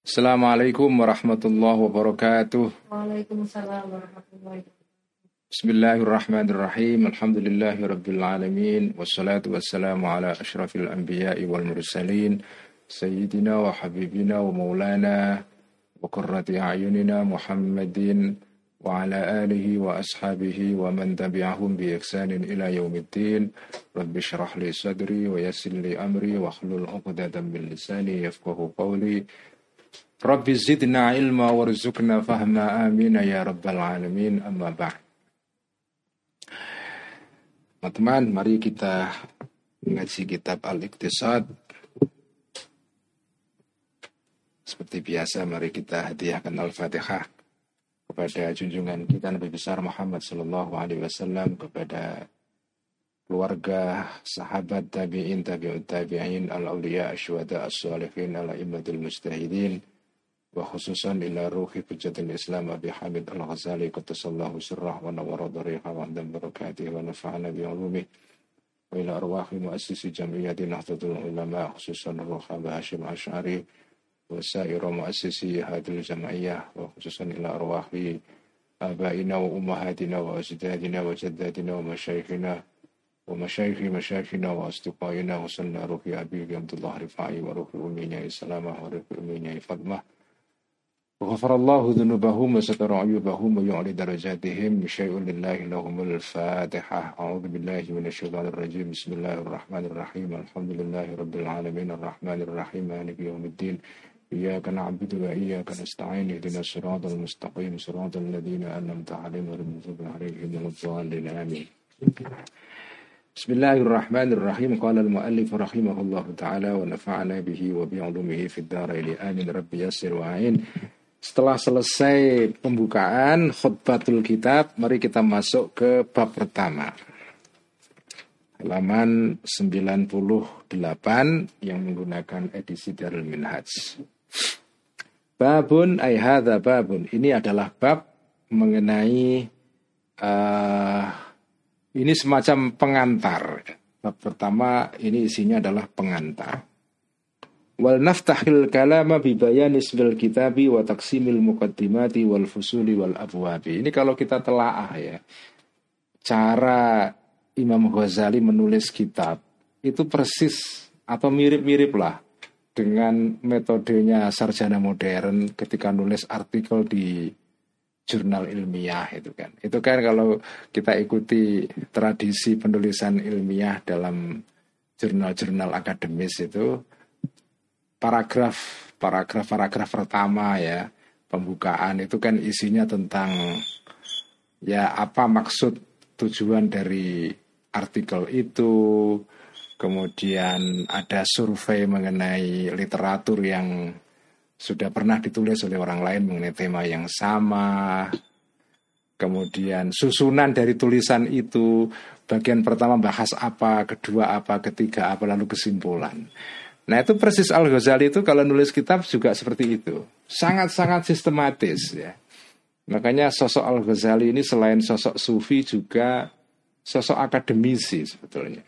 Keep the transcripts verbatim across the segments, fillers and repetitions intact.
Assalamualaikum warahmatullahi wabarakatuh. Waalaikumsalam warahmatullahi wabarakatuh. Bismillahirrahmanirrahim. Alhamdulillahirabbil alamin wassalatu wassalamu ala asyrafil anbiya'i wal mursalin sayyidina wa habibina wa maulana wa qurrati a'yunina Muhammadin wa ala alihi wa ashabihi wa man tabi'ahum bi ihsanin ila yaumiddin. Rabbi shrah li sadri wa yassir li amri wa hlul 'uqdatam min lisani yafqahu qawli. Rabbi zidna ilma warzuqna fahma amin ya rabbal alamin. Amma ba'd. Teman-teman, mari kita mengaji kitab Al-Iqtisad. Seperti biasa, mari kita hadiahkan Al-Fatihah kepada junjungan kita Nabi besar Muhammad sallallahu alaihi wasallam, kepada keluarga, sahabat, tabi'in, tabi'ut tabi'in, al-awliya, asyuhada, as-salihin, al-a'immatul mujtahidin, wa khususan ila ruhi hujjatul Islam Abi Hamid Al-Ghazali qaddasallahu sirrah wa nawwara dhariha wa andam barakatihi wa nafa'ana bi ulumih wa ila arwahi muassisi jam'iyyati Nahdlatul Ulama khususan Ruh Abah Hashim Asy'ari wa sa'iru muassisi hadil jam'iyyah wa khususan ila arwahi abaina wa ummahatina wa ajdadina wa jaddadina wa masyayikhina wa masyayikhi masyayikhina wa asdiqaina wa sallallahu ruhi Abi Abdullah Rifai wa ruhi umminya Salamah wa ruhi umminya Fatmah. وغفر الله ذنوبهم وستر عيوبهم ويعلي درجاتهم بشيء لله لهم الفاتحة. أعوذ بالله من الشيطان الرجيم. بسم الله الرحمن الرحيم. الحمد لله رب العالمين الرحمن الرحيم مالك يوم الدين. إياك نعبد وإياك نستعين اهدنا الصراط المستقيم صراط الذين أنعمت عليهم غير المغضوب عليهم ولا الضالين آمين. بسم الله الرحمن الرحيم. قال المؤلف رحمه الله تعالى ونفعنا به وبعلومه في الدارين آمين رب يسر وعين. Setelah selesai pembukaan khutbatul kitab, mari kita masuk ke bab pertama. Halaman sembilan puluh delapan yang menggunakan edisi Darul Minhaj. Babun ay hadza babun. Ini adalah bab mengenai uh, ini semacam pengantar. Bab pertama ini isinya adalah pengantar. Wal naftahil kalama bi bayani ismil kitabi wa taqsimil muqaddimati wal fusuli wal abwabi. Ini kalau kita telaah ya, cara Imam Ghazali menulis kitab itu persis atau mirip-mirip lah dengan metodenya sarjana modern ketika nulis artikel di jurnal ilmiah itu kan. Itu kan kalau kita ikuti tradisi penulisan ilmiah dalam jurnal-jurnal akademis itu, paragraf paragraf paragraf pertama ya, pembukaan itu kan isinya tentang ya apa maksud tujuan dari artikel itu, kemudian ada survei mengenai literatur yang sudah pernah ditulis oleh orang lain mengenai tema yang sama, kemudian susunan dari tulisan itu, bagian pertama bahas apa, kedua apa, ketiga apa, lalu kesimpulan. Nah itu persis Al-Ghazali itu kalau nulis kitab juga seperti itu. Sangat-sangat sistematis ya. Makanya sosok Al-Ghazali ini selain sosok sufi juga sosok akademisi sebetulnya.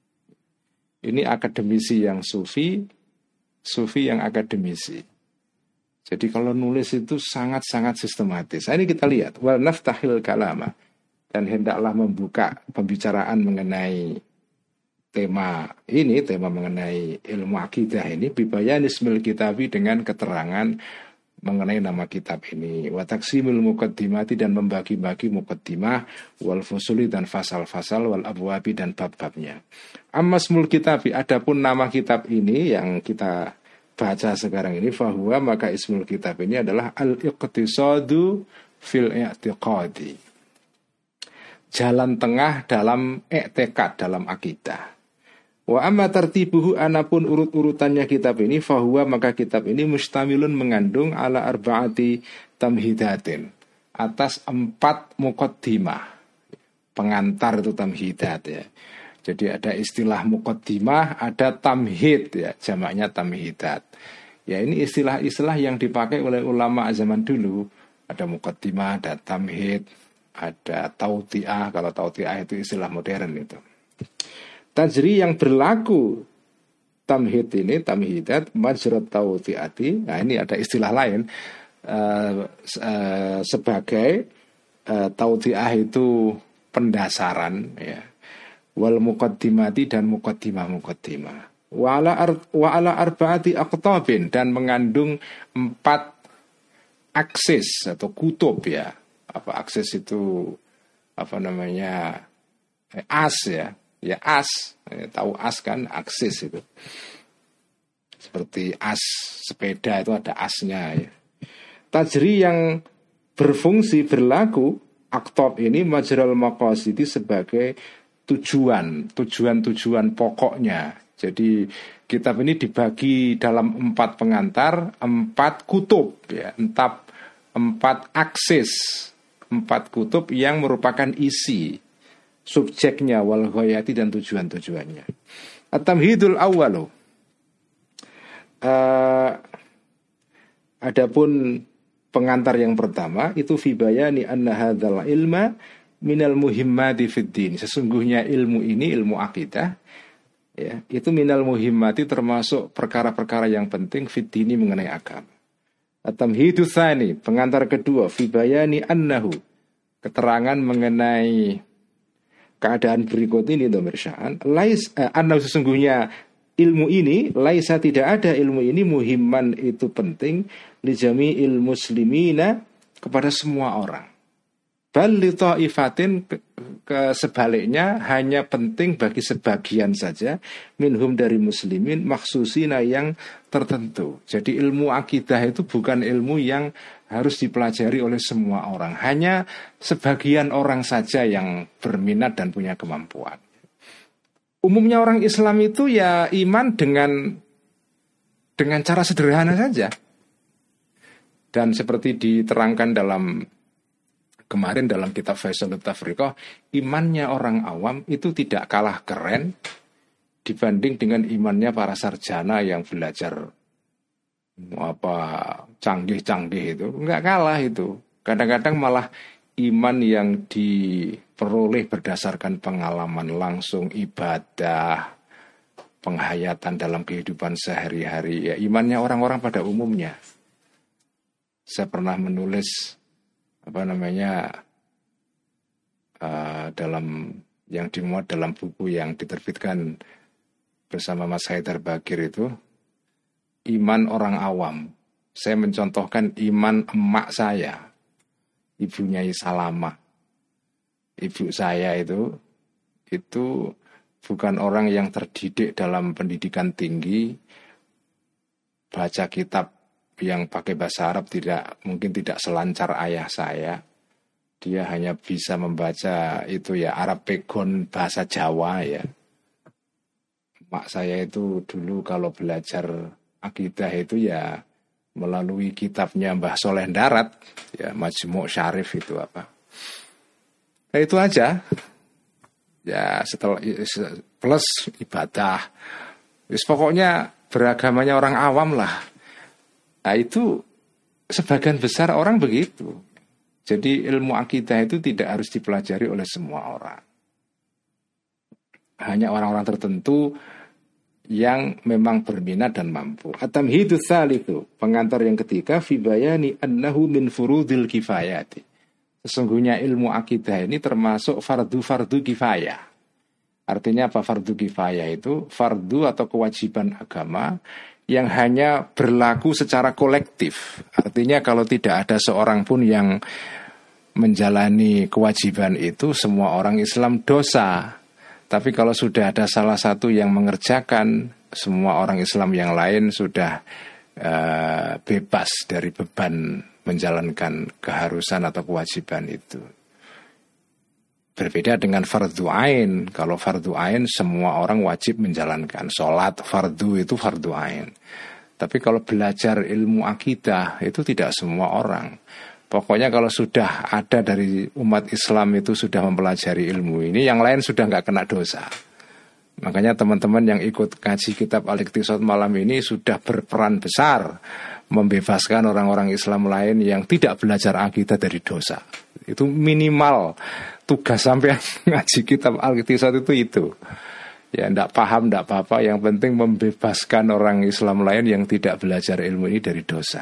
Ini akademisi yang sufi, sufi yang akademisi. Jadi kalau nulis itu sangat-sangat sistematis. Nah, ini kita lihat. Wal naftahil kalama. Dan hendaklah membuka pembicaraan mengenai tema ini, tema mengenai ilmu akidah ini, bibayan ismil kitabi, dengan keterangan mengenai nama kitab ini, wa taqsimil muqaddimati, dan membagi-bagi muqaddimah, wal fusuli, dan fasal-fasal, wal abwabi, dan bab-babnya. Amma ismul kitabi, adapun nama kitab ini yang kita baca sekarang ini, fahuwa, maka ismul kitab ini adalah al-iqtisadu fil i'tiqadi, jalan tengah dalam i'tiqad, dalam akidah. Wa amma tartibuhu, anapun urut-urutannya kitab ini, fahuwa, maka kitab ini mustamilun, mengandung ala arba'ati tamhidatin, atas empat muqaddimah. Pengantar itu tamhidat ya. Jadi ada istilah muqaddimah, ada tamhid ya, jamaknya tamhidat. Ya ini istilah-istilah yang dipakai oleh ulama zaman dulu. Ada muqaddimah, ada tamhid, ada tauti'ah. Kalau tauti'ah itu istilah modern itu. Tajri, yang berlaku tamhid ini, tamhidat majrat tawti'ati. Nah, ini ada istilah lain uh, uh, sebagai uh, tawti'ah itu pendasaran ya. Wal muqaddimati dan muqaddimah muqaddimah. Wa ala ar, wa ala arba'ati aqtabin dan mengandung empat aksis atau kutub ya. Apa aksis itu apa namanya? As ya. Ya as, ya, tahu as kan, aksis itu. Seperti as sepeda itu ada asnya ya. Tajri yang berfungsi berlaku aktab ini majral maqasidi sebagai tujuan, tujuan-tujuan pokoknya. Jadi kitab ini dibagi dalam empat pengantar, empat kutub ya, empat, empat aksis, empat kutub yang merupakan isi subjeknya wal ghayati dan tujuan-tujuannya. At-tamhidul awwalu. Uh, adapun pengantar yang pertama itu fi bayani anna hadzal ilma minal muhimmati fid din. Sesungguhnya ilmu ini, ilmu akidah ya, itu minal muhimmati termasuk perkara-perkara yang penting fid dini mengenai agama. At-tamhidul tsani, pengantar kedua fi bayani annahu, keterangan mengenai keadaan berikut ini dhamir sya'an lais eh, anna sesungguhnya ilmu ini laisa tidak ada ilmu ini muhimman itu penting li jami'il muslimina kepada semua orang, bal li ta'ifatin ke sebaliknya hanya penting bagi sebagian saja minhum dari muslimin maksusina yang tertentu. Jadi ilmu akidah itu bukan ilmu yang harus dipelajari oleh semua orang, hanya sebagian orang saja yang berminat dan punya kemampuan. Umumnya orang Islam itu ya iman dengan dengan cara sederhana saja. Dan seperti diterangkan dalam kemarin dalam kitab Faisalut Tafriqah, imannya orang awam itu tidak kalah keren dibanding dengan imannya para sarjana yang belajar apa canggih-canggih itu, enggak kalah itu. Kadang-kadang malah iman yang diperoleh berdasarkan pengalaman langsung, ibadah, penghayatan dalam kehidupan sehari-hari ya, imannya orang-orang pada umumnya. Saya pernah menulis apa namanya uh, dalam yang dimuat dalam buku yang diterbitkan bersama Mas Haidar Bagir itu, iman orang awam. Saya mencontohkan iman emak saya, ibunya Salamah. Ibu saya itu itu bukan orang yang terdidik dalam pendidikan tinggi, baca kitab yang pakai bahasa Arab tidak mungkin tidak selancar ayah saya. Dia hanya bisa membaca itu ya Arab pegon bahasa Jawa ya. Emak saya itu dulu kalau belajar akidah itu ya melalui kitabnya Mbah Soleh Darat ya, Majmu' Syarif itu apa. Nah, itu aja. Ya setelah plus ibadah. Wis pokoknya beragamanya orang awam lah. Nah, itu sebagian besar orang begitu. Jadi ilmu akidah itu tidak harus dipelajari oleh semua orang. Hanya orang-orang tertentu yang memang berminat dan mampu. At-tamhidus tsalitsu, pengantar yang ketiga, fi bayani annahu min furudil kifayati. Sesungguhnya ilmu akidah ini termasuk fardu-fardu kifayah. Artinya apa fardu kifayah itu? Fardu atau kewajiban agama yang hanya berlaku secara kolektif. Artinya kalau tidak ada seorang pun yang menjalani kewajiban itu, semua orang Islam dosa. Tapi kalau sudah ada salah satu yang mengerjakan, semua orang Islam yang lain sudah uh, bebas dari beban menjalankan keharusan atau kewajiban itu. Berbeda dengan fardu ain. Kalau fardu ain semua orang wajib menjalankan. Sholat fardu itu fardu ain. Tapi kalau belajar ilmu akidah itu tidak semua orang. Pokoknya kalau sudah ada dari umat Islam itu sudah mempelajari ilmu ini, yang lain sudah nggak kena dosa. Makanya teman-teman yang ikut kaji kitab Al-Iqtisad malam ini sudah berperan besar membebaskan orang-orang Islam lain yang tidak belajar akidah dari dosa. Itu minimal tugas sampai ngaji kitab Al-Iqtisad itu itu. Ya enggak paham, enggak apa-apa. Yang penting membebaskan orang Islam lain yang tidak belajar ilmu ini dari dosa.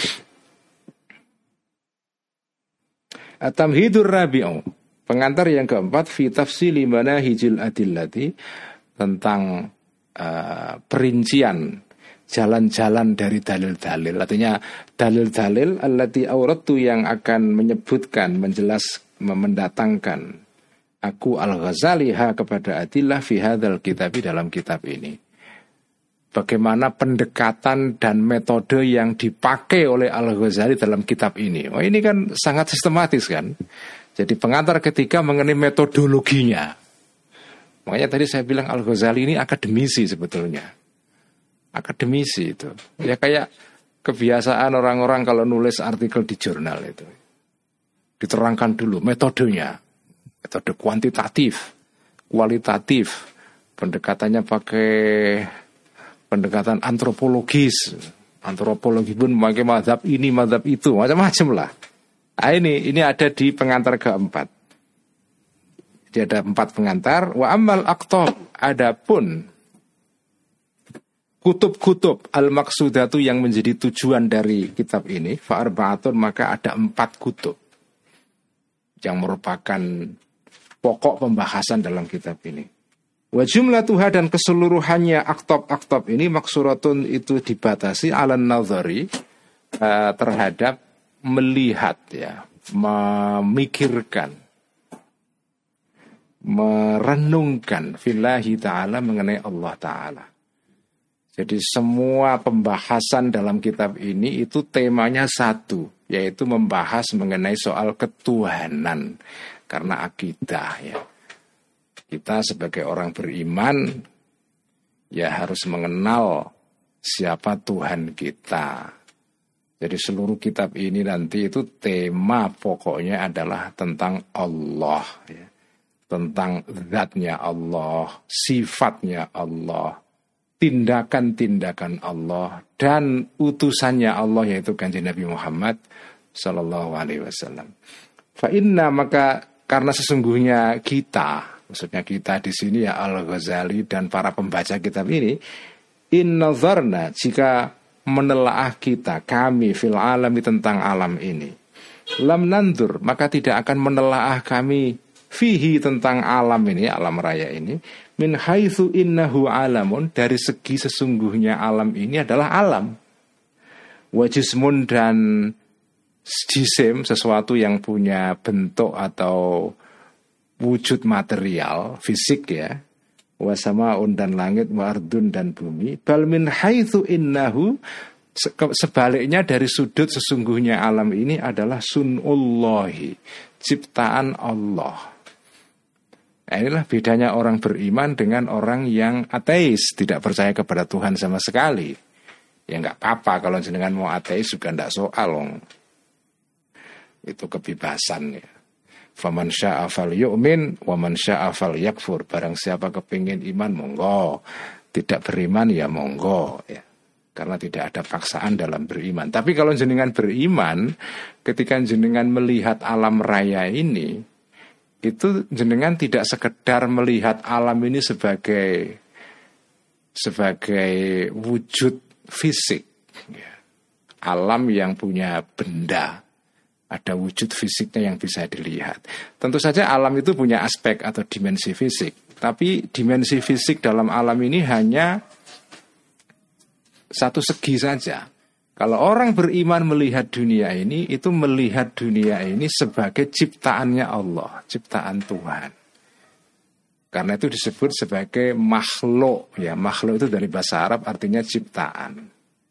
At-tamhidur rabi'u, pengantar yang keempat, fi tafsili manahijil adillati, tentang uh, perincian jalan-jalan dari dalil-dalil. Artinya dalil-dalil allati aurattu, yang akan menyebutkan, menjelas, mendatangkan aku Al-Ghazali ha kepada adillah fi hadzal kitab, dalam kitab ini. Bagaimana pendekatan dan metode yang dipakai oleh Al-Ghazali dalam kitab ini. Oh, ini kan sangat sistematis kan. Jadi pengantar ketiga mengenai metodologinya. Makanya tadi saya bilang Al-Ghazali ini akademisi sebetulnya. Akademisi itu. Ya kayak kebiasaan orang-orang kalau nulis artikel di jurnal itu. Diterangkan dulu metodenya. Metode kuantitatif, kualitatif. Pendekatannya pakai pendekatan antropologis. Antropologi pun memakai mazhab ini, mazhab itu, macam-macam lah. Nah, ini ini ada di pengantar keempat. Jadi ada empat pengantar. Wa ammal aqtab, adapun kutub-kutub al-maqsudatu yang menjadi tujuan dari kitab ini, fa arba'atun, maka ada empat kutub yang merupakan pokok pembahasan dalam kitab ini. Wa jumlatuha, dan keseluruhannya aktab-aktab ini maksuratun, itu dibatasi ala nazari, uh, terhadap melihat, ya, memikirkan, merenungkan fillahi ta'ala, mengenai Allah ta'ala. Jadi semua pembahasan dalam kitab ini itu temanya satu, yaitu membahas mengenai soal ketuhanan, karena akidah, ya. Kita sebagai orang beriman ya harus mengenal siapa Tuhan kita. Jadi seluruh kitab ini nanti itu tema pokoknya adalah tentang Allah, ya. Tentang zatnya Allah, sifatnya Allah, tindakan-tindakan Allah, dan utusannya Allah, yaitu Kanjeng Nabi Muhammad Sallallahu Alaihi Wasallam. Fa inna, maka karena sesungguhnya kita, maksudnya kita di sini ya Al-Ghazali dan para pembaca kitab ini, in nazarna, jika menelaah kita, kami fil alami, tentang alam ini, lam nandur, maka tidak akan menelaah kami fihi, tentang alam ini, alam raya ini, min haitsu innahu alamun, dari segi sesungguhnya alam ini adalah alam, wa jismun, dan jisim, sesuatu yang punya bentuk atau wujud material, fisik, ya, wa samaun, dan langit, wa ardun, dan bumi, bal min haitsu innahu, sebaliknya dari sudut sesungguhnya alam ini adalah sunullahi, ciptaan Allah. Nah, inilah bedanya orang beriman dengan orang yang ateis, tidak percaya kepada Tuhan sama sekali. Ya nggak apa-apa kalau jenengan mau ateis juga nggak soal, loh. Itu kebebasan, ya. Faman syaa falyu'min wa man syaa falyakfur. Barang siapa kepingin iman, monggo. Tidak beriman, ya monggo, ya. Karena tidak ada paksaan dalam beriman. Tapi kalau jenengan beriman, ketika jenengan melihat alam raya ini, itu jenengan tidak sekedar melihat alam ini sebagai sebagai wujud fisik, ya. Alam yang punya benda, ada wujud fisiknya yang bisa dilihat. Tentu saja alam itu punya aspek atau dimensi fisik, tapi dimensi fisik dalam alam ini hanya satu segi saja. Kalau orang beriman melihat dunia ini, itu melihat dunia ini sebagai ciptaannya Allah, ciptaan Tuhan. Karena itu disebut sebagai makhluk, ya. Makhluk itu dari bahasa Arab artinya ciptaan.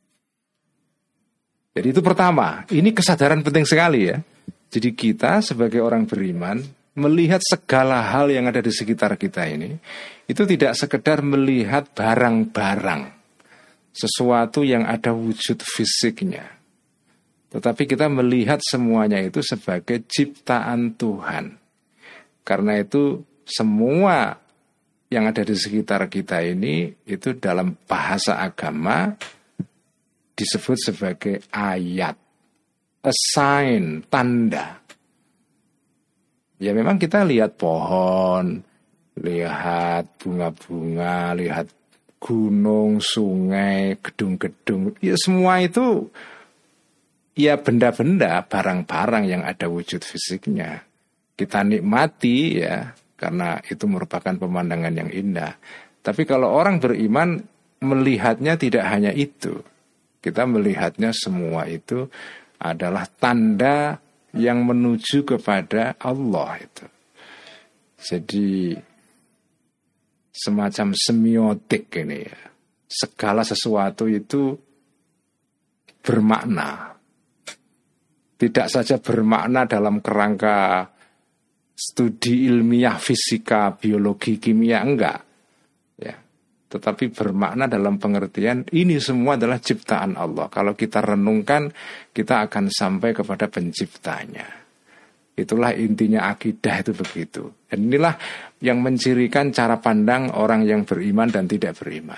Jadi itu pertama, ini kesadaran penting sekali, ya. Jadi kita sebagai orang beriman melihat segala hal yang ada di sekitar kita ini, itu tidak sekedar melihat barang-barang, sesuatu yang ada wujud fisiknya, tetapi kita melihat semuanya itu sebagai ciptaan Tuhan. Karena itu semua yang ada di sekitar kita ini, itu dalam bahasa agama disebut sebagai ayat, a sign, tanda. Ya memang kita lihat pohon, lihat bunga-bunga, lihat gunung, sungai, gedung-gedung, ya semua itu ya benda-benda, barang-barang yang ada wujud fisiknya. Kita nikmati ya, karena itu merupakan pemandangan yang indah. Tapi kalau orang beriman melihatnya tidak hanya itu. Kita melihatnya semua itu adalah tanda yang menuju kepada Allah itu. Jadi semacam semiotik ini ya. Segala sesuatu itu bermakna. Tidak saja bermakna dalam kerangka studi ilmiah fisika, biologi, kimia, enggak. Ya. Tetapi bermakna dalam pengertian ini semua adalah ciptaan Allah. Kalau kita renungkan, kita akan sampai kepada penciptanya. Itulah intinya akidah itu begitu. Dan inilah yang mencirikan cara pandang orang yang beriman dan tidak beriman.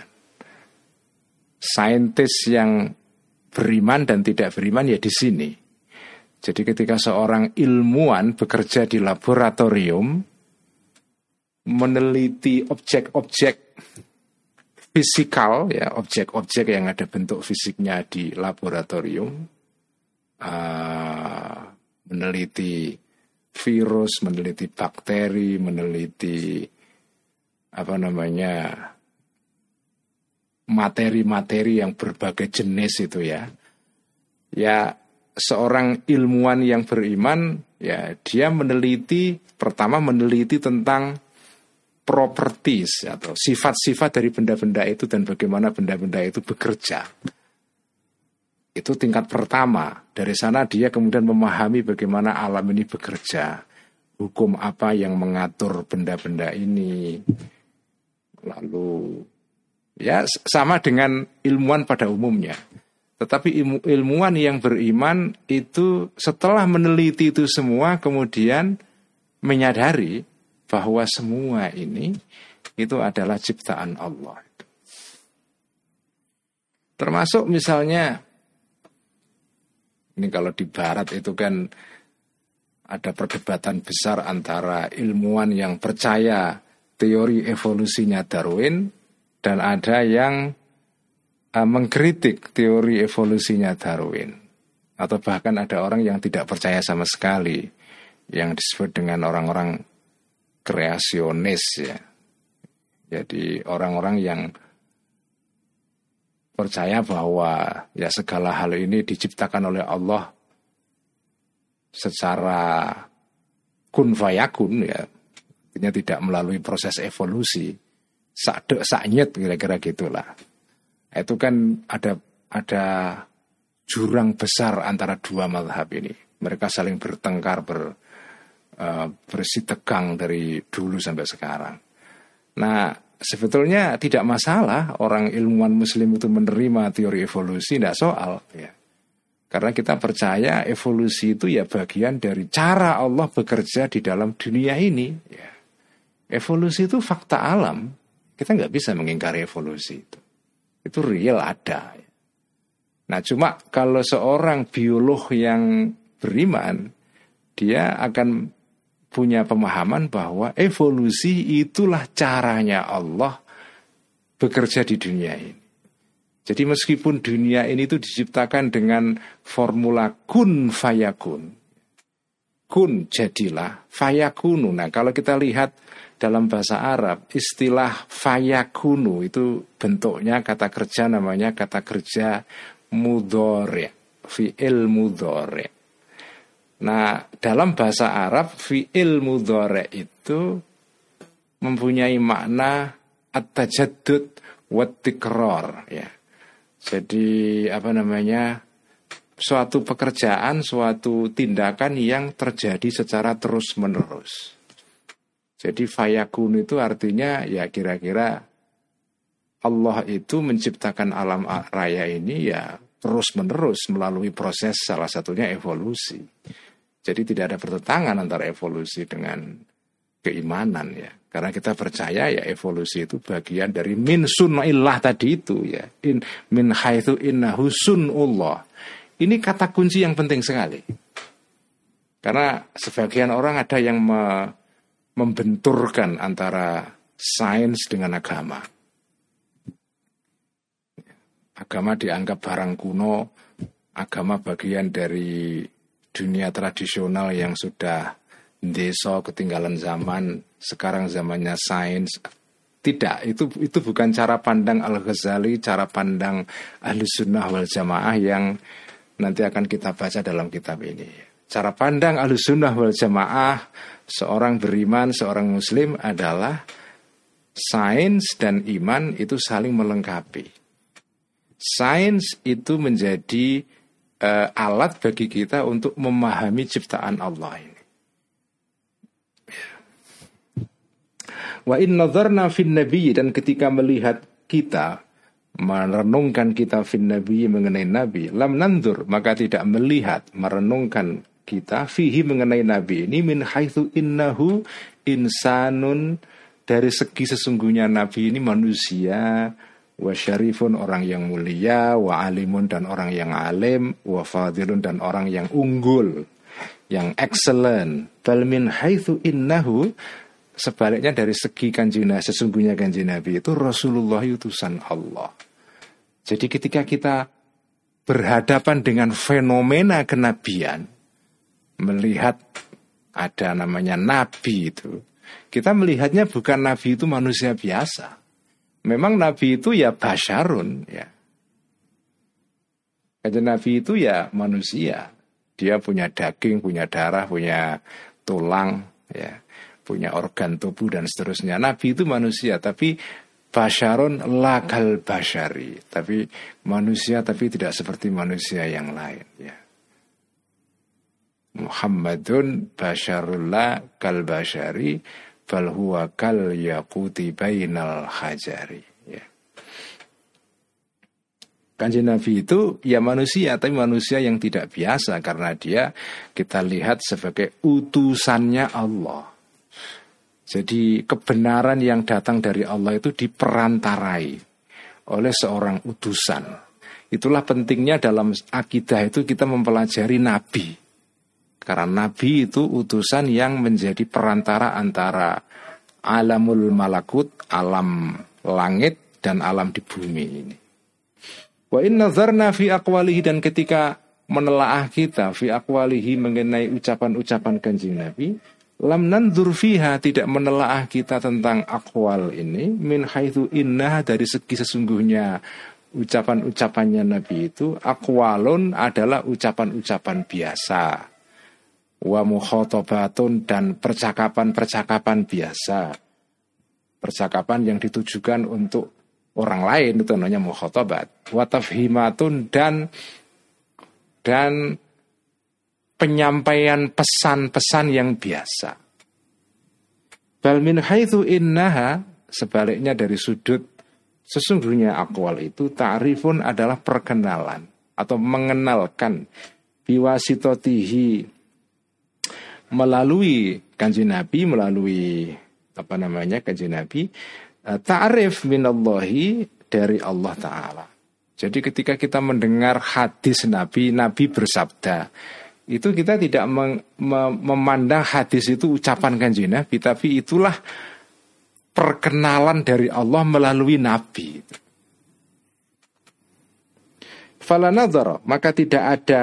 Saintis yang beriman dan tidak beriman ya di sini. Jadi ketika seorang ilmuwan bekerja di laboratorium, meneliti objek-objek fisikal, ya objek-objek yang ada bentuk fisiknya di laboratorium, uh, meneliti virus, meneliti bakteri, meneliti apa namanya materi-materi yang berbagai jenis itu ya. Ya seorang ilmuwan yang beriman ya dia meneliti, pertama meneliti tentang properties atau sifat-sifat dari benda-benda itu dan bagaimana benda-benda itu bekerja. Itu tingkat pertama. Dari sana dia kemudian memahami bagaimana alam ini bekerja, hukum apa yang mengatur benda-benda ini. Lalu ya sama dengan ilmuwan pada umumnya. Tetapi ilmu, ilmuwan yang beriman itu setelah meneliti itu semua kemudian menyadari bahwa semua ini itu adalah ciptaan Allah. Termasuk misalnya, ini kalau di barat itu kan ada perdebatan besar antara ilmuwan yang percaya teori evolusinya Darwin dan ada yang uh, mengkritik teori evolusinya Darwin. Atau bahkan ada orang yang tidak percaya sama sekali, yang disebut dengan orang-orang kreasionis ya. Jadi orang-orang yang percaya bahwa ya segala hal ini diciptakan oleh Allah secara kun fayakun ya, artinya tidak melalui proses evolusi, sakdek saknyet kira-kira gitulah. Itu kan ada ada jurang besar antara dua mazhab ini. Mereka saling bertengkar, ber, uh, bersitegang dari dulu sampai sekarang. Nah, sebetulnya tidak masalah orang ilmuwan muslim itu menerima teori evolusi, tidak soal ya. Karena kita percaya evolusi itu ya bagian dari cara Allah bekerja di dalam dunia ini ya. Evolusi itu fakta alam. Kita nggak bisa mengingkari evolusi itu. Itu real ada ya. Nah cuma kalau seorang biolog yang beriman, dia akan punya pemahaman bahwa evolusi itulah caranya Allah bekerja di dunia ini. Jadi meskipun dunia ini itu diciptakan dengan formula kun fayakun, kun jadilah, fayakunu. Nah kalau kita lihat dalam bahasa Arab, istilah fayakunu itu bentuknya kata kerja namanya kata kerja mudhari', fi'il mudhari'. Nah, dalam bahasa Arab fi'il mudhari' itu mempunyai makna at-tajaddud wa tikrar ya. Jadi apa namanya? Suatu pekerjaan, suatu tindakan yang terjadi secara terus-menerus. Jadi fayakun itu artinya ya kira-kira Allah itu menciptakan alam raya ini ya terus-menerus melalui proses salah satunya evolusi. Jadi tidak ada pertentangan antara evolusi dengan keimanan ya. Karena kita percaya ya evolusi itu bagian dari min sun'illah tadi itu ya. In, min haitsu innahu sun'ullah. Ini kata kunci yang penting sekali. Karena sebagian orang ada yang me, membenturkan antara sains dengan agama. Agama dianggap barang kuno, agama bagian dari dunia tradisional yang sudah desa ketinggalan zaman, sekarang zamannya sains. Tidak, itu itu bukan cara pandang Al-Ghazali, cara pandang Ahlussunnah wal Jamaah yang nanti akan kita baca dalam kitab ini. Cara pandang Ahlussunnah wal Jamaah seorang beriman, seorang muslim adalah sains dan iman itu saling melengkapi. Sains itu menjadi uh, alat bagi kita untuk memahami ciptaan Allah ini. Wa in nadharna fin nabi, dan ketika melihat kita, merenungkan kita fin nabi mengenai nabi, lam nandur, maka tidak melihat, merenungkan kita fihi mengenai nabi ini min haitsu innahu insanun, dari segi sesungguhnya nabi ini manusia, wa syarifun orang yang mulia, wa alimun dan orang yang alim, wa fadilun dan orang yang unggul, yang excellent. Bal min haitsu innahu, sebaliknya dari segi kanjeng Nabi, sesungguhnya kanjeng Nabi itu Rasulullah, utusan Allah. Jadi ketika kita berhadapan dengan fenomena kenabian, melihat ada namanya nabi itu, kita melihatnya bukan nabi itu manusia biasa. Memang nabi itu ya basyarun ya. Kanjeng Nabi itu ya manusia. Dia punya daging, punya darah, punya tulang ya, punya organ tubuh dan seterusnya. Nabi itu manusia, tapi basyarun lakal basyari, tapi manusia tapi tidak seperti manusia yang lain ya. Muhammadun basyarul la kal basyari bal huwa kal yaquti bainal hajari ya. Kanjeng Nabi itu ya manusia, tapi manusia yang tidak biasa, karena dia kita lihat sebagai utusannya Allah. Jadi kebenaran yang datang dari Allah itu diperantarai oleh seorang utusan. Itulah pentingnya dalam akidah itu kita mempelajari Nabi. Karena Nabi itu utusan yang menjadi perantara antara alamul malakut, alam langit, dan alam di bumi ini. Wa in nazarna fi aqwalihi, dan ketika menelaah kita fi aqwalihi mengenai ucapan-ucapan kanjeng Nabi, lam nandur fiha, tidak menelaah kita tentang aqwal ini, min haitsu inna, dari segi sesungguhnya ucapan-ucapannya Nabi itu aqwalun adalah ucapan-ucapan biasa, wa mukhatabatun, dan percakapan-percakapan biasa, percakapan yang ditujukan untuk orang lain, itu namanya mukhatabat. Wa tafhimatun, dan dan penyampaian pesan-pesan yang biasa. Bal min haitsu innaha, sebaliknya dari sudut sesungguhnya aqwal itu ta'rifun adalah perkenalan atau mengenalkan, biwasitotihi, melalui kanjeng Nabi, melalui apa namanya kanjeng Nabi, ta'rif minallahi, dari Allah Ta'ala. Jadi ketika kita mendengar hadis Nabi, Nabi bersabda, itu kita tidak mem- mem- memandang hadis itu ucapan kanjeng Nabi, tapi itulah perkenalan dari Allah melalui Nabi. Fala nadhara, maka tidak ada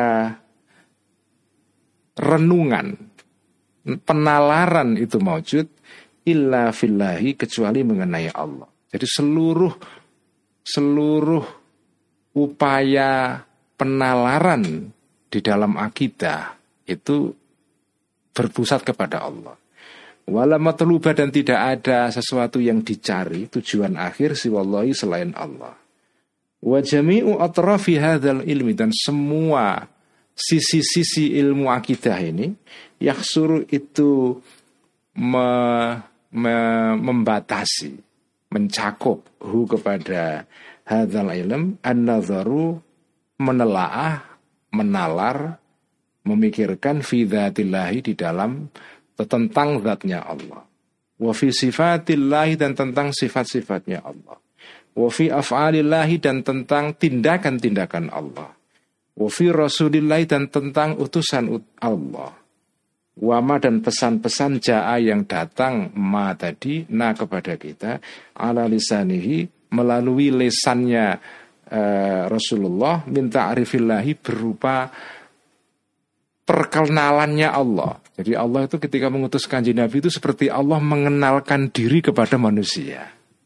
renungan, penalaran itu maujud illa fillahi, kecuali mengenai Allah. Jadi seluruh seluruh upaya penalaran di dalam akidah itu berpusat kepada Allah. Wala matluba, dan tidak ada sesuatu yang dicari, tujuan akhir siwallahi, selain Allah. Wa jami'u atrafi hadzal ilmi, dan semua sisi-sisi ilmu akidah ini yaksuru itu me, me, membatasi, mencakup hu kepada hadzal ilm an-nadharu, menelaah, menalar, memikirkan fi dzatillahi, di dalam tentang zatnya Allah, wa fi sifatillahi, dan tentang sifat-sifatnya Allah, wa fi af'alillahi, dan tentang tindakan-tindakan Allah, wa fi rasulillahi, dan tentang utusan Allah, Wama dan pesan-pesan ja'a yang datang ma tadi na kepada kita ala lisanihi melalui lesannya uh, Rasulullah minta arifillahi berupa perkenalannya Allah. Jadi Allah itu ketika mengutus kanjeng Nabi itu seperti Allah mengenalkan diri kepada manusia.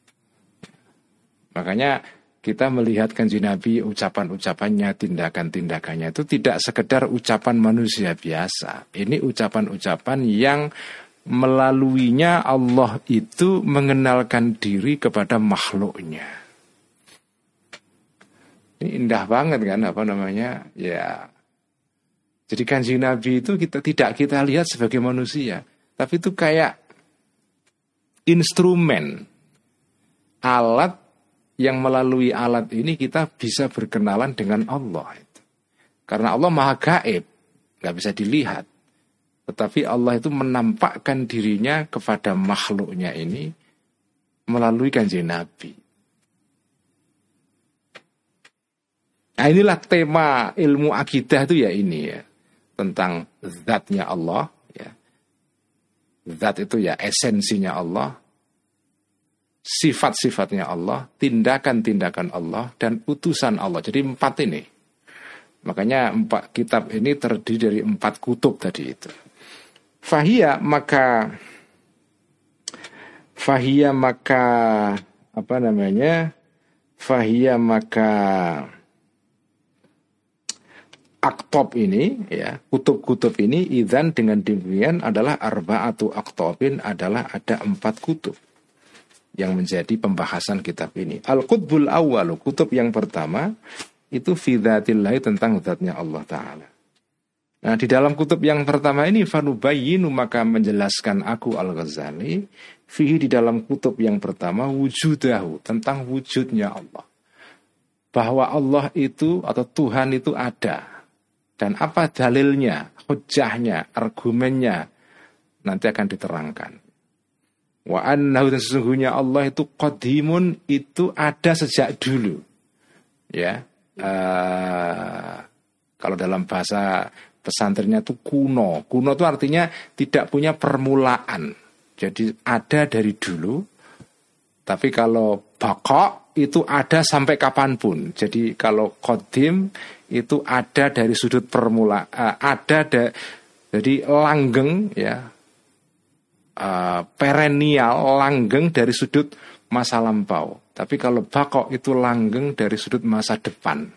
Makanya kita melihat kanjeng Nabi, ucapan-ucapannya, tindakan-tindakannya itu tidak sekedar ucapan manusia biasa. Ini ucapan-ucapan yang melaluinya Allah itu mengenalkan diri kepada makhluknya. Ini indah banget kan, apa namanya? Ya. Jadi kanjeng Nabi itu kita tidak kita lihat sebagai manusia, tapi itu kayak instrumen, alat yang melalui alat ini kita bisa berkenalan dengan Allah. Karena Allah maha gaib, gak bisa dilihat. Tetapi Allah itu menampakkan dirinya kepada makhluknya ini melalui kanjeng Nabi. Nah inilah tema ilmu akidah itu ya ini ya. Tentang zatnya Allah ya. Zat itu ya esensinya Allah, sifat-sifatnya Allah, tindakan-tindakan Allah, dan utusan Allah. Jadi empat ini. Makanya empat kitab ini terdiri dari empat kutub tadi itu. Fahia maka Fahia maka apa namanya? Fahia maka aktob ini ya, kutub-kutub ini idzan dengan demikian adalah arba'atu aktobin, adalah ada empat kutub yang menjadi pembahasan kitab ini. Al-Qutbul Awwal, kutub yang pertama itu fi dzatillahi, tentang zatnya Allah Ta'ala. Nah di dalam kutub yang pertama ini fanubayyinu, maka menjelaskan aku Al-Ghazali fihi, di dalam kutub yang pertama, wujudahu, tentang wujudnya Allah, bahwa Allah itu atau Tuhan itu ada, dan apa dalilnya, hujahnya, argumennya nanti akan diterangkan. Wa annahu, dan sesungguhnya Allah itu qadimun, itu ada sejak dulu. Ya, uh, kalau dalam bahasa pesantrennya itu kuno. Kuno itu artinya tidak punya permulaan. Jadi ada dari dulu. Tapi kalau baqa itu ada sampai kapanpun. Jadi kalau qadim itu ada dari sudut permulaan, uh, ada da, jadi langgeng ya, uh, perennial, langgeng dari sudut masa lampau. Tapi kalau baqa itu langgeng dari sudut masa depan.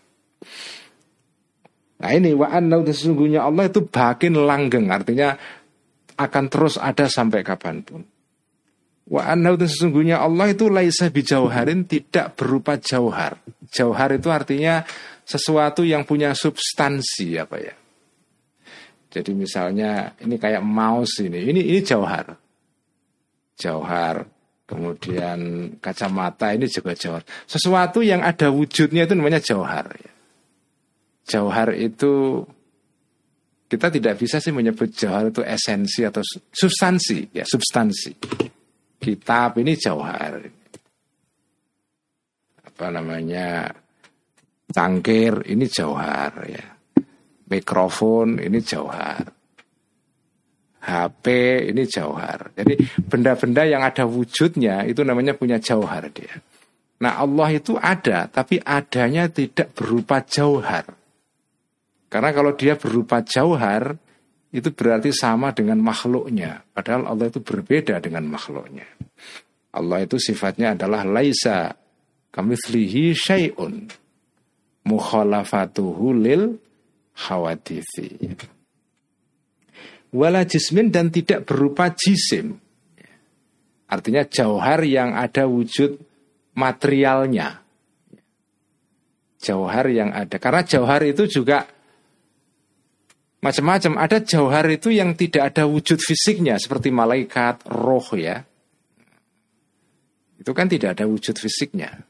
Nah ini wa anna, sesungguhnya Allah itu bakin langgeng, artinya akan terus ada sampai kapanpun. Wa anna, sesungguhnya Allah itu laisa bijauharin, tidak berupa jauhar. Jauhar itu artinya sesuatu yang punya substansi apa ya. Jadi misalnya ini kayak mouse ini, ini ini jauhar. Jauhar. Kemudian kacamata ini juga jauhar. Sesuatu yang ada wujudnya itu namanya jauhar ya. Jauhar itu kita tidak bisa sih menyebut jauhar itu esensi atau substansi ya, substansi. Kitab ini jauhar. Apa namanya? Cangkir ini jauhar ya. Mikrofon ini jauhar. H P ini jauhar. Jadi benda-benda yang ada wujudnya itu namanya punya jauhar dia. Nah Allah itu ada, tapi adanya tidak berupa jauhar. Karena kalau dia berupa jauhar, itu berarti sama dengan makhluknya. Padahal Allah itu berbeda dengan makhluknya. Allah itu sifatnya adalah laisa kamitslihi syai'un mukhalafatuhu lil hawaditsi. Wala jismin, dan tidak berupa jisim. Artinya jauhar yang ada wujud materialnya. Jauhar yang ada. Karena jauhar itu juga macam-macam. Ada jauhar itu yang tidak ada wujud fisiknya, seperti malaikat, roh ya. Itu kan tidak ada wujud fisiknya.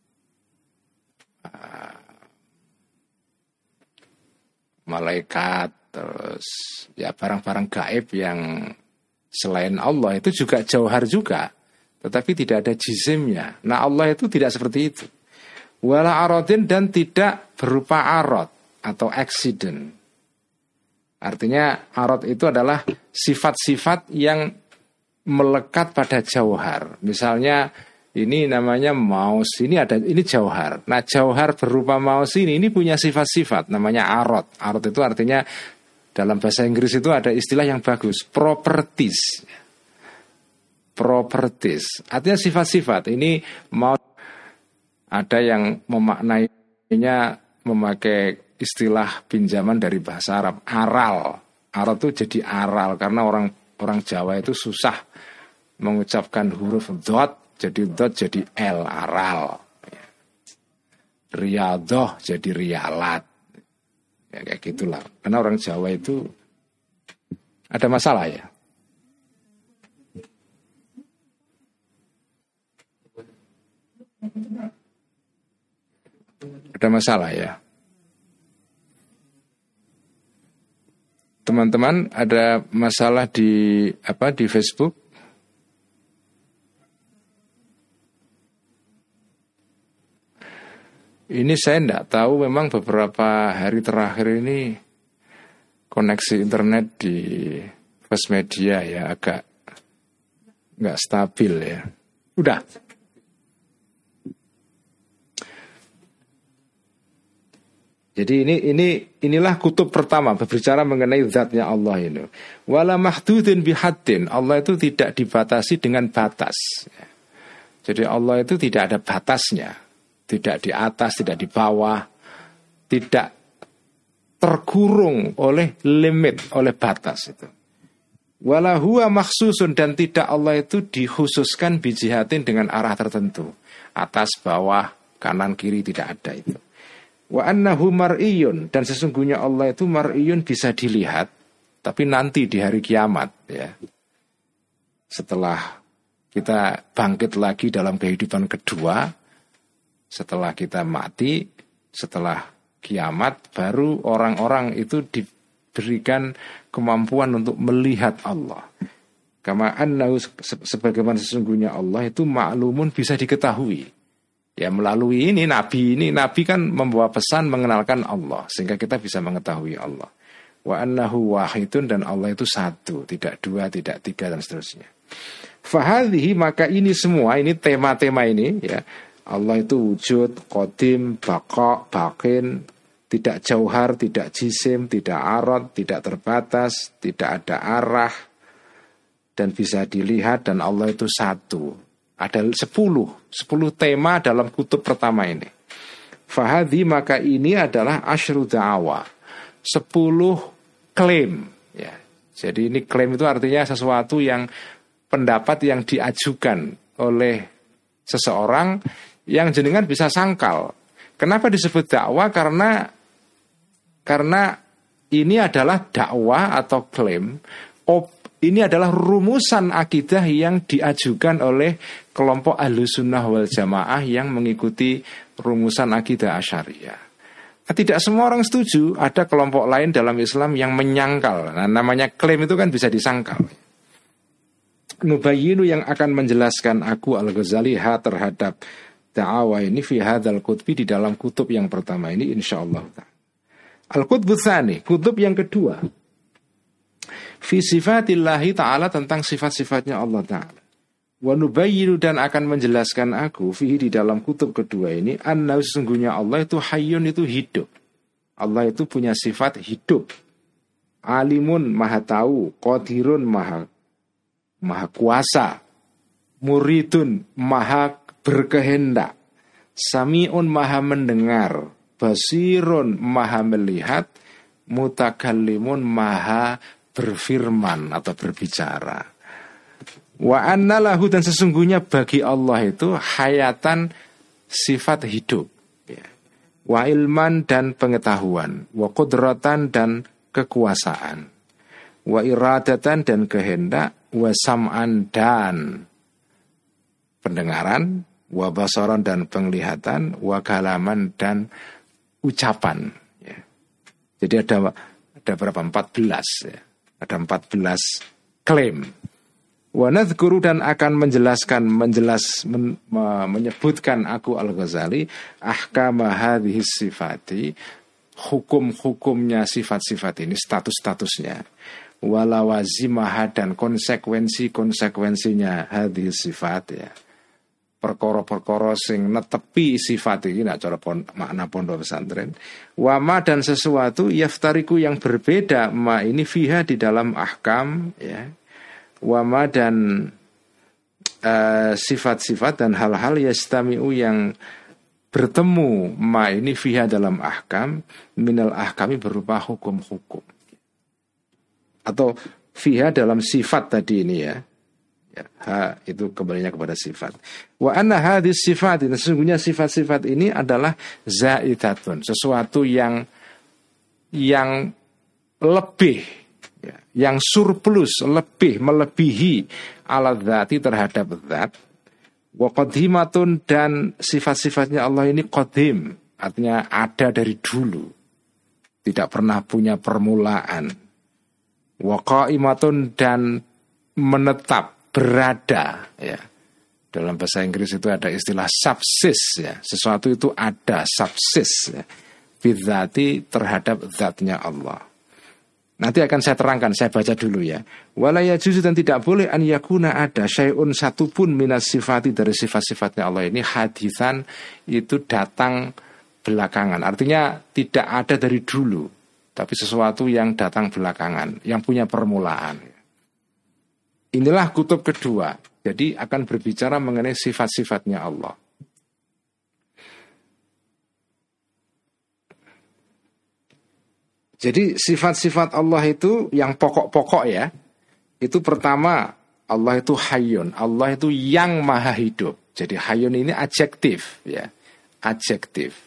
Malaikat, terus ya barang-barang gaib yang selain Allah itu juga jauhar juga, tetapi tidak ada jisimnya. Nah Allah itu tidak seperti itu. Wala arodin, dan tidak berupa arod atau accident. Artinya arad itu adalah sifat-sifat yang melekat pada jauhar. Misalnya ini namanya maus, ini ada ini jauhar. Nah, jauhar berupa maus ini ini punya sifat-sifat namanya arad. Arad itu artinya dalam bahasa Inggris itu ada istilah yang bagus, properties. Properties. Artinya sifat-sifat. Ini mau ada yang memaknainya memakai istilah pinjaman dari bahasa Arab, aral. Aral itu jadi aral karena orang orang Jawa itu susah mengucapkan huruf dot. Jadi dot jadi L, aral. Riyadhah jadi rialat. Ya kayak gitulah. Karena orang Jawa itu ada masalah ya. Ada masalah ya. Teman-teman ada masalah di apa di Facebook? Ini saya tidak tahu, memang beberapa hari terakhir ini koneksi internet di First Media ya agak nggak stabil ya. Udah. Jadi ini ini inilah kutub pertama berbicara mengenai zatnya Allah ini. Wala mahdudin bihaddin. Allah itu tidak dibatasi dengan batas. Jadi Allah itu tidak ada batasnya. Tidak di atas, tidak di bawah, tidak terkurung oleh limit, oleh batas itu. Wala huwa makhsusun, dan tidak Allah itu dikhususkan bijihatin dengan arah tertentu. Atas, bawah, kanan, kiri, tidak ada itu. Wa annahu mar'iyun, dan sesungguhnya Allah itu mar'iyun bisa dilihat, tapi nanti di hari kiamat ya. Setelah kita bangkit lagi dalam kehidupan kedua, setelah kita mati, setelah kiamat, baru orang-orang itu diberikan kemampuan untuk melihat Allah. Kama annahu, sebagaimana sesungguhnya Allah itu ma'lumun, bisa diketahui. Ya melalui ini Nabi ini Nabi kan membawa pesan mengenalkan Allah sehingga kita bisa mengetahui Allah. Wa annahu wahidun, dan Allah itu satu, tidak dua, tidak tiga, dan seterusnya. Fahadhihi, maka ini semua, ini tema-tema ini ya. Allah itu wujud, qadim, baqa, baqin, tidak jauhar, tidak jisim, tidak arad, tidak terbatas, tidak ada arah, dan bisa dilihat, dan Allah itu satu. Ada sepuluh, sepuluh tema dalam kutub pertama ini. Fahadhi, maka ini adalah asyru da'awa, sepuluh klaim. Ya. Jadi ini klaim itu artinya sesuatu yang pendapat yang diajukan oleh seseorang yang jenengan bisa sangkal. Kenapa disebut dakwah? Karena karena ini adalah dakwah atau klaim. Ini adalah rumusan akidah yang diajukan oleh kelompok Ahlussunnah wal Jamaah yang mengikuti rumusan akidah Asy'ariyah. Nah, tidak semua orang setuju. Ada kelompok lain dalam Islam yang menyangkal. Nah, namanya klaim itu kan bisa disangkal. Nubayyinu, yang akan menjelaskan aku Al-Ghazali ha terhadap da'awah ini fi hadzal qutbi, di dalam kutub yang pertama ini insyaallah. Al-qutbu tsani, kutub yang kedua. Fi sifatillahi ta'ala, tentang sifat-sifatnya Allah Ta'ala. Wa nubayyinu, dan akan menjelaskan aku fihi, di dalam kutub kedua ini, anna, sesungguhnya Allah itu hayyun, itu hidup. Allah itu punya sifat hidup. Alimun, maha tahu. Qadirun, maha maha kuasa. Muridun, maha berkehendak. Sami'un, maha mendengar. Basirun, maha melihat. Mutakallimun, maha berfirman atau berbicara. Wa anna lahu, dan sesungguhnya bagi Allah itu hayatan, sifat hidup ya. Wa ilman, dan pengetahuan. Wa qudratan, dan kekuasaan. Wa iradatan, dan kehendak. Wa sam'an, dan pendengaran. Wa basaran, dan penglihatan. Wa kalaman, dan ucapan ya. Jadi ada ada berapa? empat belas ya. Ada empat belas klaim. Wa nadhkuru, dan akan menjelaskan menjelas men, me, menyebutkan aku Al-Ghazali ahkama hadhihi sifati, hukum-hukumnya sifat-sifat ini, status-statusnya, walawazimah dan konsekuensi-konsekuensinya hadis sifat ya. Perkara-perkara sing netepi sifat iki nak cara pon, makna pondok pesantren. Wama dan sesuatu yaftariku yang berbeda ma ini fiha di dalam ahkam ya. Wama dan uh, sifat-sifat dan hal-hal yastami'u yang bertemu ma ini fiha dalam ahkam minal ahkami berupa hukum-hukum. Atau fiha dalam sifat tadi ini ya. Ya, ha itu kembalinya kepada sifat. Wa anna hadis sifat, sesungguhnya sifat-sifat ini adalah zaidatun, sesuatu yang yang lebih, ya, yang surplus, lebih melebihi ala dzati terhadap zat. Wa qadimatun dan sifat-sifatnya Allah ini qadim, artinya ada dari dulu, tidak pernah punya permulaan. Wa qaimatun dan menetap, berada ya. Dalam bahasa Inggris itu ada istilah subsist ya. Sesuatu itu ada subsist ya. Bidzati terhadap zatnya Allah. Nanti akan saya terangkan, saya baca dulu ya. Wala yajuzu dan tidak boleh an yakuna ada syai'un satupun minas sifati dari sifat-sifatnya Allah ini hadisan itu datang belakangan. Artinya tidak ada dari dulu, tapi sesuatu yang datang belakangan, yang punya permulaan. Inilah kutub kedua. Jadi akan berbicara mengenai sifat-sifatnya Allah. Jadi sifat-sifat Allah itu yang pokok-pokok ya. Itu pertama, Allah itu hayyun, Allah itu yang maha hidup. Jadi hayyun ini adjektif ya. Adjektif.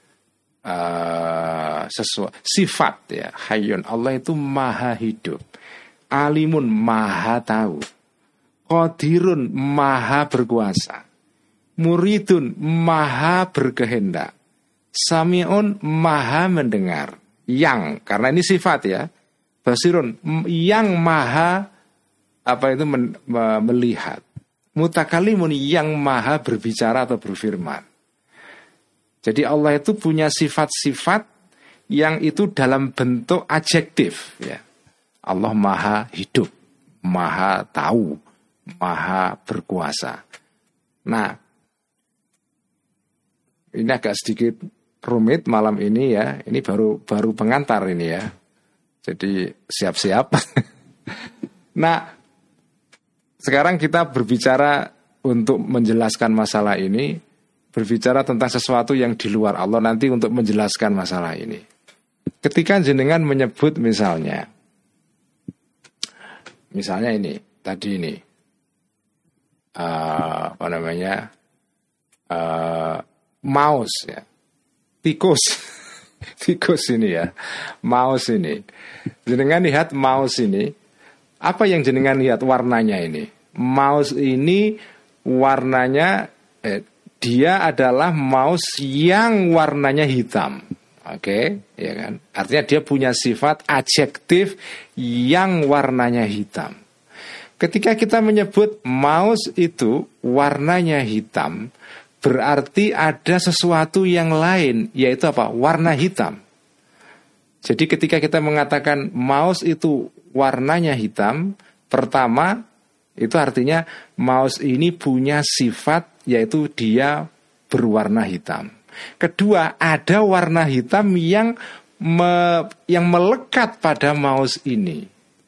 Uh, sesuatu sifat ya. Hayyun, Allah itu maha hidup. Alimun maha tahu, qadirun maha berkuasa, muridun maha berkehendak, sami'un maha mendengar, yang karena ini sifat ya, basirun yang maha apa itu men, melihat, mutakalimun yang maha berbicara atau berfirman. Jadi Allah itu punya sifat-sifat yang itu dalam bentuk adjektif ya. Allah maha hidup, maha tahu, maha berkuasa. Nah, ini agak sedikit rumit malam ini ya. Ini baru baru pengantar ini ya. Jadi siap-siap. Nah, sekarang kita berbicara untuk menjelaskan masalah ini, berbicara tentang sesuatu yang di luar Allah nanti untuk menjelaskan masalah ini. Ketika jenengan menyebut misalnya Misalnya ini, tadi ini, uh, apa namanya, uh, mouse ya, tikus, tikus ini ya, mouse ini. Jenengan lihat mouse ini, apa yang jenengan lihat warnanya ini? Mouse ini warnanya, eh, dia adalah mouse yang warnanya hitam. Oke, okay, ya kan? Artinya dia punya sifat adjektif yang warnanya hitam. Ketika kita menyebut mouse itu warnanya hitam, berarti ada sesuatu yang lain, yaitu apa? Warna hitam. Jadi ketika kita mengatakan mouse itu warnanya hitam, pertama itu artinya mouse ini punya sifat yaitu dia berwarna hitam. Kedua, ada warna hitam yang me, yang melekat pada mouse ini.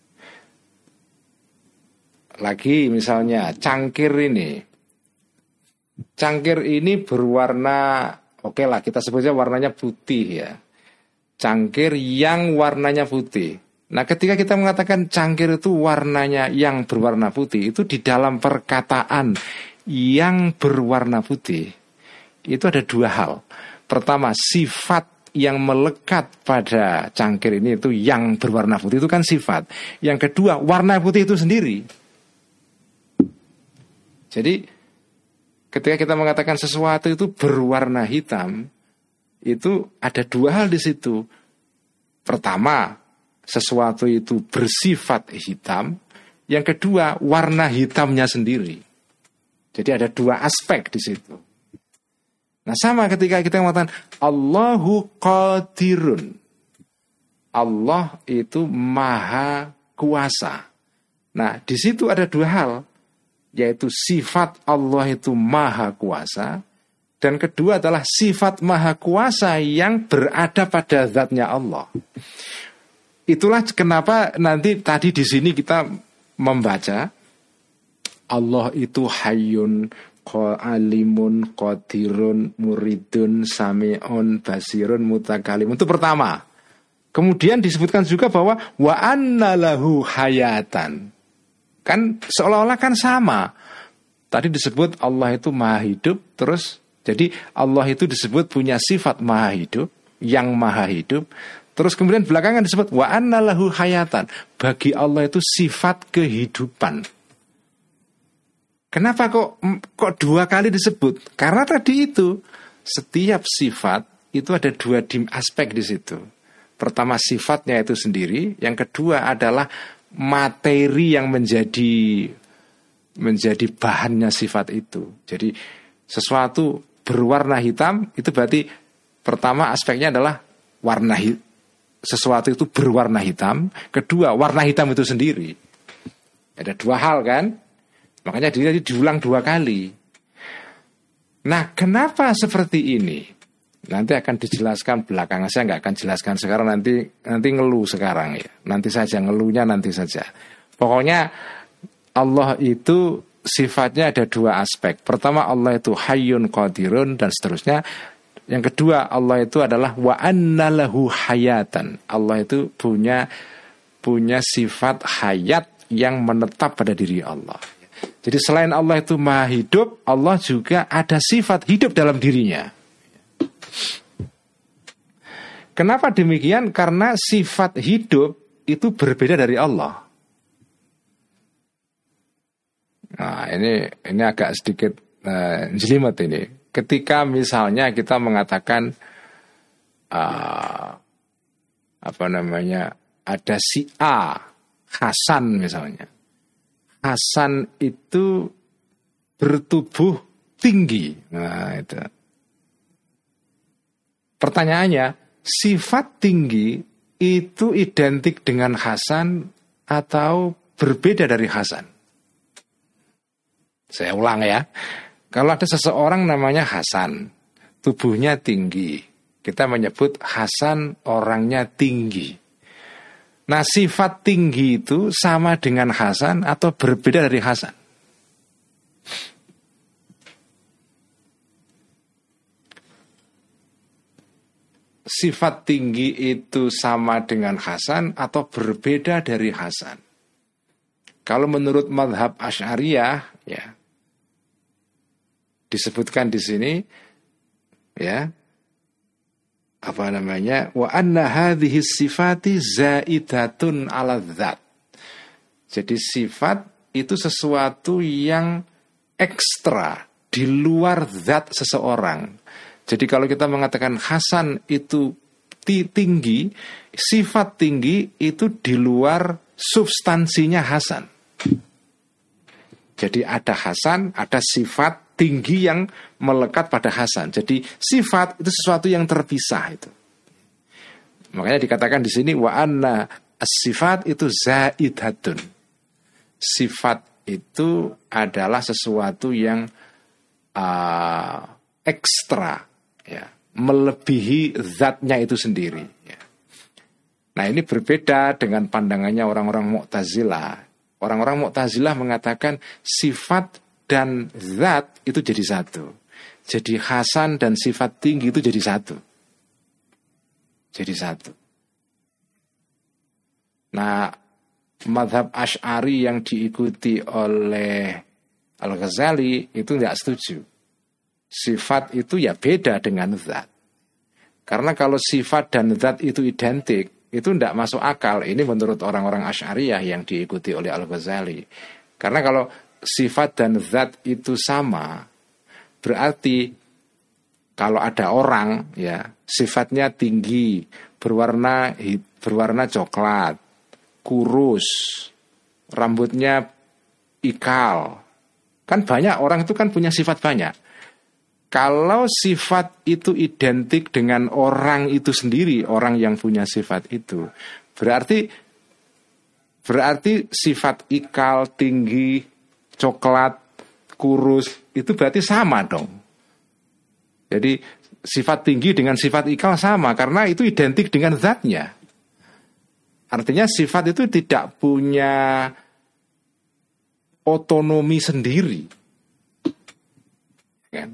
Lagi misalnya cangkir ini. Cangkir ini berwarna, oke lah kita sebutnya warnanya putih ya. Cangkir yang warnanya putih. Nah ketika kita mengatakan cangkir itu warnanya yang berwarna putih, itu di dalam perkataan yang berwarna putih itu ada dua hal. Pertama, sifat yang melekat pada cangkir ini itu yang berwarna putih itu kan sifat. Yang kedua, warna putih itu sendiri. Jadi ketika kita mengatakan sesuatu itu berwarna hitam, itu ada dua hal di situ. Pertama, sesuatu itu bersifat hitam. Yang kedua, warna hitamnya sendiri. Jadi ada dua aspek di situ. Nah sama ketika kita mengatakan Allahu qadirun, Allah itu maha kuasa. Nah, di situ ada dua hal, yaitu sifat Allah itu maha kuasa, dan kedua adalah sifat maha kuasa yang berada pada zatnya Allah. Itulah kenapa nanti tadi di sini kita membaca Allah itu hayyun, alimun, qadirun, muridun, sami'un, basirun, mutakalimun. Itu pertama. Kemudian disebutkan juga bahwa wa anna lahu hayatan. Kan seolah-olah kan sama. Tadi disebut Allah itu maha hidup, terus jadi Allah itu disebut punya sifat maha hidup, yang maha hidup. Terus kemudian belakangan disebut wa anna lahu hayatan. Bagi Allah itu sifat kehidupan. Kenapa kok kok dua kali disebut? Karena tadi itu setiap sifat itu ada dua aspek di situ. Pertama sifatnya itu sendiri, yang kedua adalah materi yang menjadi menjadi bahannya sifat itu. Jadi sesuatu berwarna hitam itu berarti pertama aspeknya adalah warna hitam. Sesuatu itu berwarna hitam. Kedua, warna hitam itu sendiri. Ada dua hal kan? Makanya dia diulang dua kali. Nah, kenapa seperti ini? Nanti akan dijelaskan belakangan. Saya nggak akan jelaskan sekarang, nanti nanti ngeluh sekarang ya. Nanti saja ngeluhnya nanti saja. Pokoknya Allah itu sifatnya ada dua aspek. Pertama Allah itu hayyun qadirun dan seterusnya. Yang kedua Allah itu adalah wa anna lahu hayatan. Allah itu punya punya sifat hayat yang menetap pada diri Allah. Jadi selain Allah itu maha hidup, Allah juga ada sifat hidup dalam dirinya. Kenapa demikian? Karena sifat hidup itu berbeda dari Allah. Nah, ini ini agak sedikit uh, jelimet ini. Ketika misalnya kita mengatakan uh, apa namanya, ada si A, Hasan misalnya. Hasan itu bertubuh tinggi. Nah, itu. Pertanyaannya, sifat tinggi itu identik dengan Hasan atau berbeda dari Hasan? Saya ulang ya. Kalau ada seseorang namanya Hasan, tubuhnya tinggi, kita menyebut Hasan orangnya tinggi. Nah, sifat tinggi itu sama dengan Hasan atau berbeda dari Hasan? Sifat tinggi itu sama dengan Hasan atau berbeda dari Hasan? Kalau menurut mazhab Asy'ariyah, ya, disebutkan di sini, ya, apa namanya, wa anna hadhihi sifati zaidatun ala dzat. Jadi sifat itu sesuatu yang ekstra di luar zat seseorang. Jadi kalau kita mengatakan Hasan itu tinggi, sifat tinggi itu di luar substansinya Hasan. Jadi ada Hasan, ada sifat tinggi yang melekat pada Hasan. Jadi sifat itu sesuatu yang terpisah itu. Makanya dikatakan di sini wa anna as-sifat itu zaidatun. Sifat itu adalah sesuatu yang uh, ekstra, ya, melebihi zatnya itu sendiri, ya. Nah, ini berbeda dengan pandangannya orang-orang Mu'tazilah. Orang-orang Mu'tazilah mengatakan sifat dan zat itu jadi satu. Jadi Hasan dan sifat tinggi itu jadi satu. Jadi satu. Nah, mazhab Asy'ari yang diikuti oleh Al-Ghazali itu tidak setuju. Sifat itu ya beda dengan zat. Karena kalau sifat dan zat itu identik, itu tidak masuk akal. Ini menurut orang-orang Asy'ariyah yang diikuti oleh Al-Ghazali. Karena kalau sifat dan zat itu sama, berarti kalau ada orang, ya, sifatnya tinggi, berwarna berwarna coklat, kurus, rambutnya ikal. Kan banyak orang itu kan punya sifat banyak. Kalau sifat itu identik dengan orang itu sendiri, orang yang punya sifat itu, berarti berarti sifat ikal, tinggi, coklat, kurus itu berarti sama dong. Jadi sifat tinggi dengan sifat ikal sama karena itu identik dengan zatnya. Artinya sifat itu tidak punya otonomi sendiri, kan?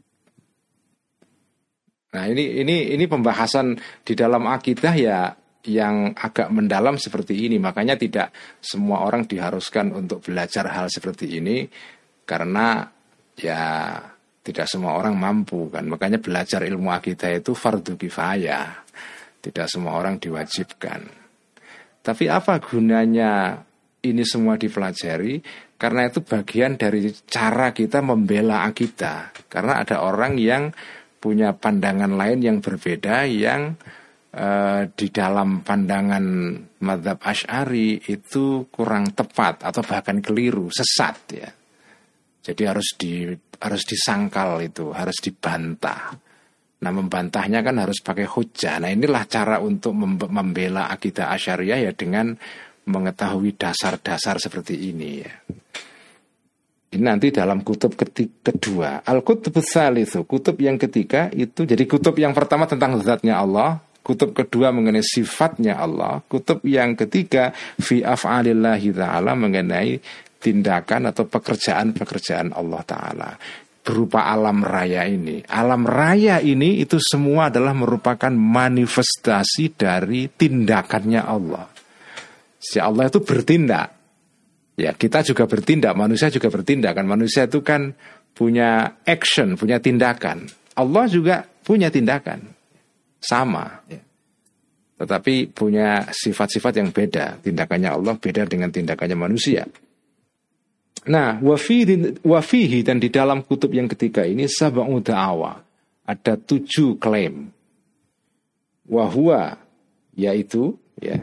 Nah ini ini ini pembahasan di dalam akidah ya yang agak mendalam seperti ini. Makanya tidak semua orang diharuskan untuk belajar hal seperti ini karena ya tidak semua orang mampu kan. Makanya belajar ilmu akidah itu fardu kifayah. Tidak semua orang diwajibkan. Tapi apa gunanya ini semua dipelajari? Karena itu bagian dari cara kita membela akidah. Karena ada orang yang punya pandangan lain yang berbeda yang uh, di dalam pandangan mazhab Asy'ari itu kurang tepat atau bahkan keliru, sesat ya. Jadi harus di harus disangkal itu, harus dibantah. Nah, membantahnya kan harus pakai hujjah. Nah, inilah cara untuk membela akidah Asy'ariyah ya dengan mengetahui dasar-dasar seperti ini ya. Ini nanti dalam kutub ketik kedua. Al-Kutub Tsalitsu, kutub yang ketiga itu, jadi kutub yang pertama tentang zatnya Allah, kutub kedua mengenai sifatnya Allah, kutub yang ketiga fi af'alillahi ta'ala mengenai tindakan atau pekerjaan-pekerjaan Allah Ta'ala berupa alam raya ini. Alam raya ini itu semua adalah merupakan manifestasi dari tindakannya Allah. Si Allah itu bertindak. Ya, kita juga bertindak, manusia juga bertindak kan. Manusia itu kan punya action, punya tindakan. Allah juga punya tindakan. Sama ya. Tetapi punya sifat-sifat yang beda. Tindakannya Allah beda dengan tindakannya manusia. Nah, wafihi, wafihi dan di dalam kutub yang ketiga ini sab'u da'awa. Ada tujuh klaim. Wahua, yaitu ya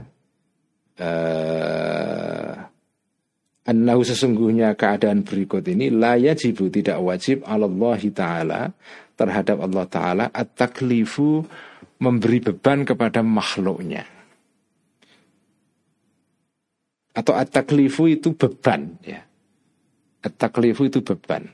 uh, annahu sesungguhnya keadaan berikut ini la yajibu tidak wajib alallahi ta'ala terhadap Allah Ta'ala at-taklifu memberi beban kepada makhluknya. Atau at-taklifu itu beban ya. At-taklifu itu beban.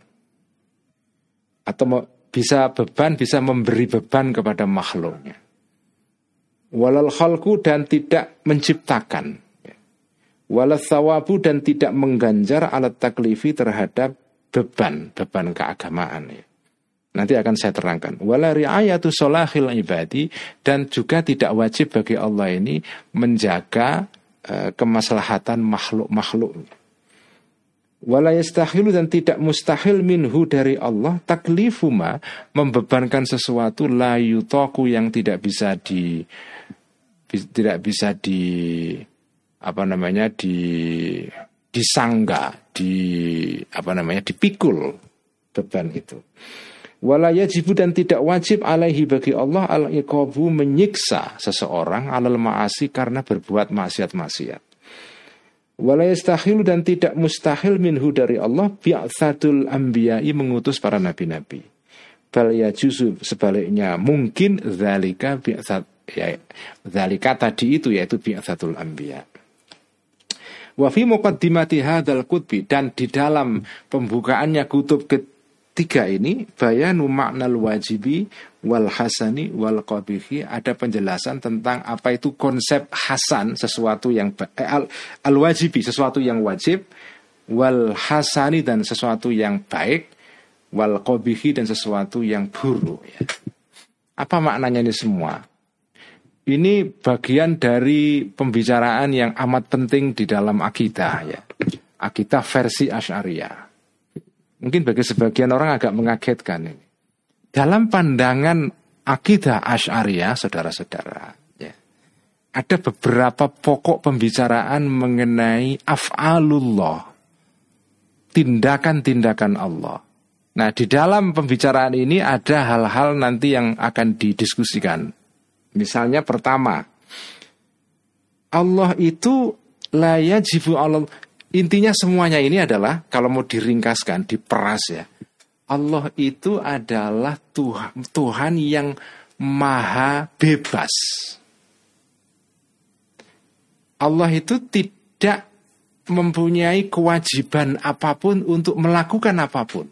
Atau bisa beban, bisa memberi beban kepada makhluknya. Walal khalqu dan tidak menciptakan. Walas sawabu dan tidak mengganjar alat taklifi terhadap beban, beban keagamaan ya. Nanti akan saya terangkan. Wala ri'ayatu sholahil ibadi dan juga tidak wajib bagi Allah ini menjaga uh, kemaslahatan makhluk-makhluknya. Wala yastahilu dan tidak mustahil minhu dari Allah taklifuma membebankan sesuatu la yutaku yang tidak bisa di tidak bisa di apa namanya di disangga, di apa namanya dipikul beban itu. Wala yajibu dan tidak wajib alaihi bagi Allah al-iqabu menyiksa seseorang alal ma'asi karena berbuat maksiat-maksiat. Wala yastahilu dan tidak mustahil minhu dari Allah bi'atsatul anbiya'i mengutus para nabi-nabi. Bal yajuzu sebaliknya mungkin zalika bi'atsat ya zalika tadi itu yaitu bi'atsatul anbiya'. Wa fi muqaddimati hadzal qutbi dan di dalam pembukaannya kutub ketiga ini bayanu maknal wajibi wal hasani wal qabihi ada penjelasan tentang apa itu konsep hasan sesuatu yang eh, al, al wajibi sesuatu yang wajib wal hasani dan sesuatu yang baik wal qabihi dan sesuatu yang buruk ya. Apa maknanya ini semua? Ini bagian dari pembicaraan yang amat penting di dalam akidah ya. Akidah versi Asy'ariyah. Mungkin bagi sebagian orang agak mengagetkan ini. Dalam pandangan akidah Asy'ariyah, saudara-saudara, ya, ada beberapa pokok pembicaraan mengenai af'alullah, tindakan-tindakan Allah. Nah, di dalam pembicaraan ini ada hal-hal nanti yang akan didiskusikan. Misalnya pertama, Allah itu la yajibu Allah. Intinya semuanya ini adalah kalau mau diringkaskan, diperas ya. Allah itu adalah Tuhan, Tuhan yang maha bebas. Allah itu tidak mempunyai kewajiban apapun untuk melakukan apapun.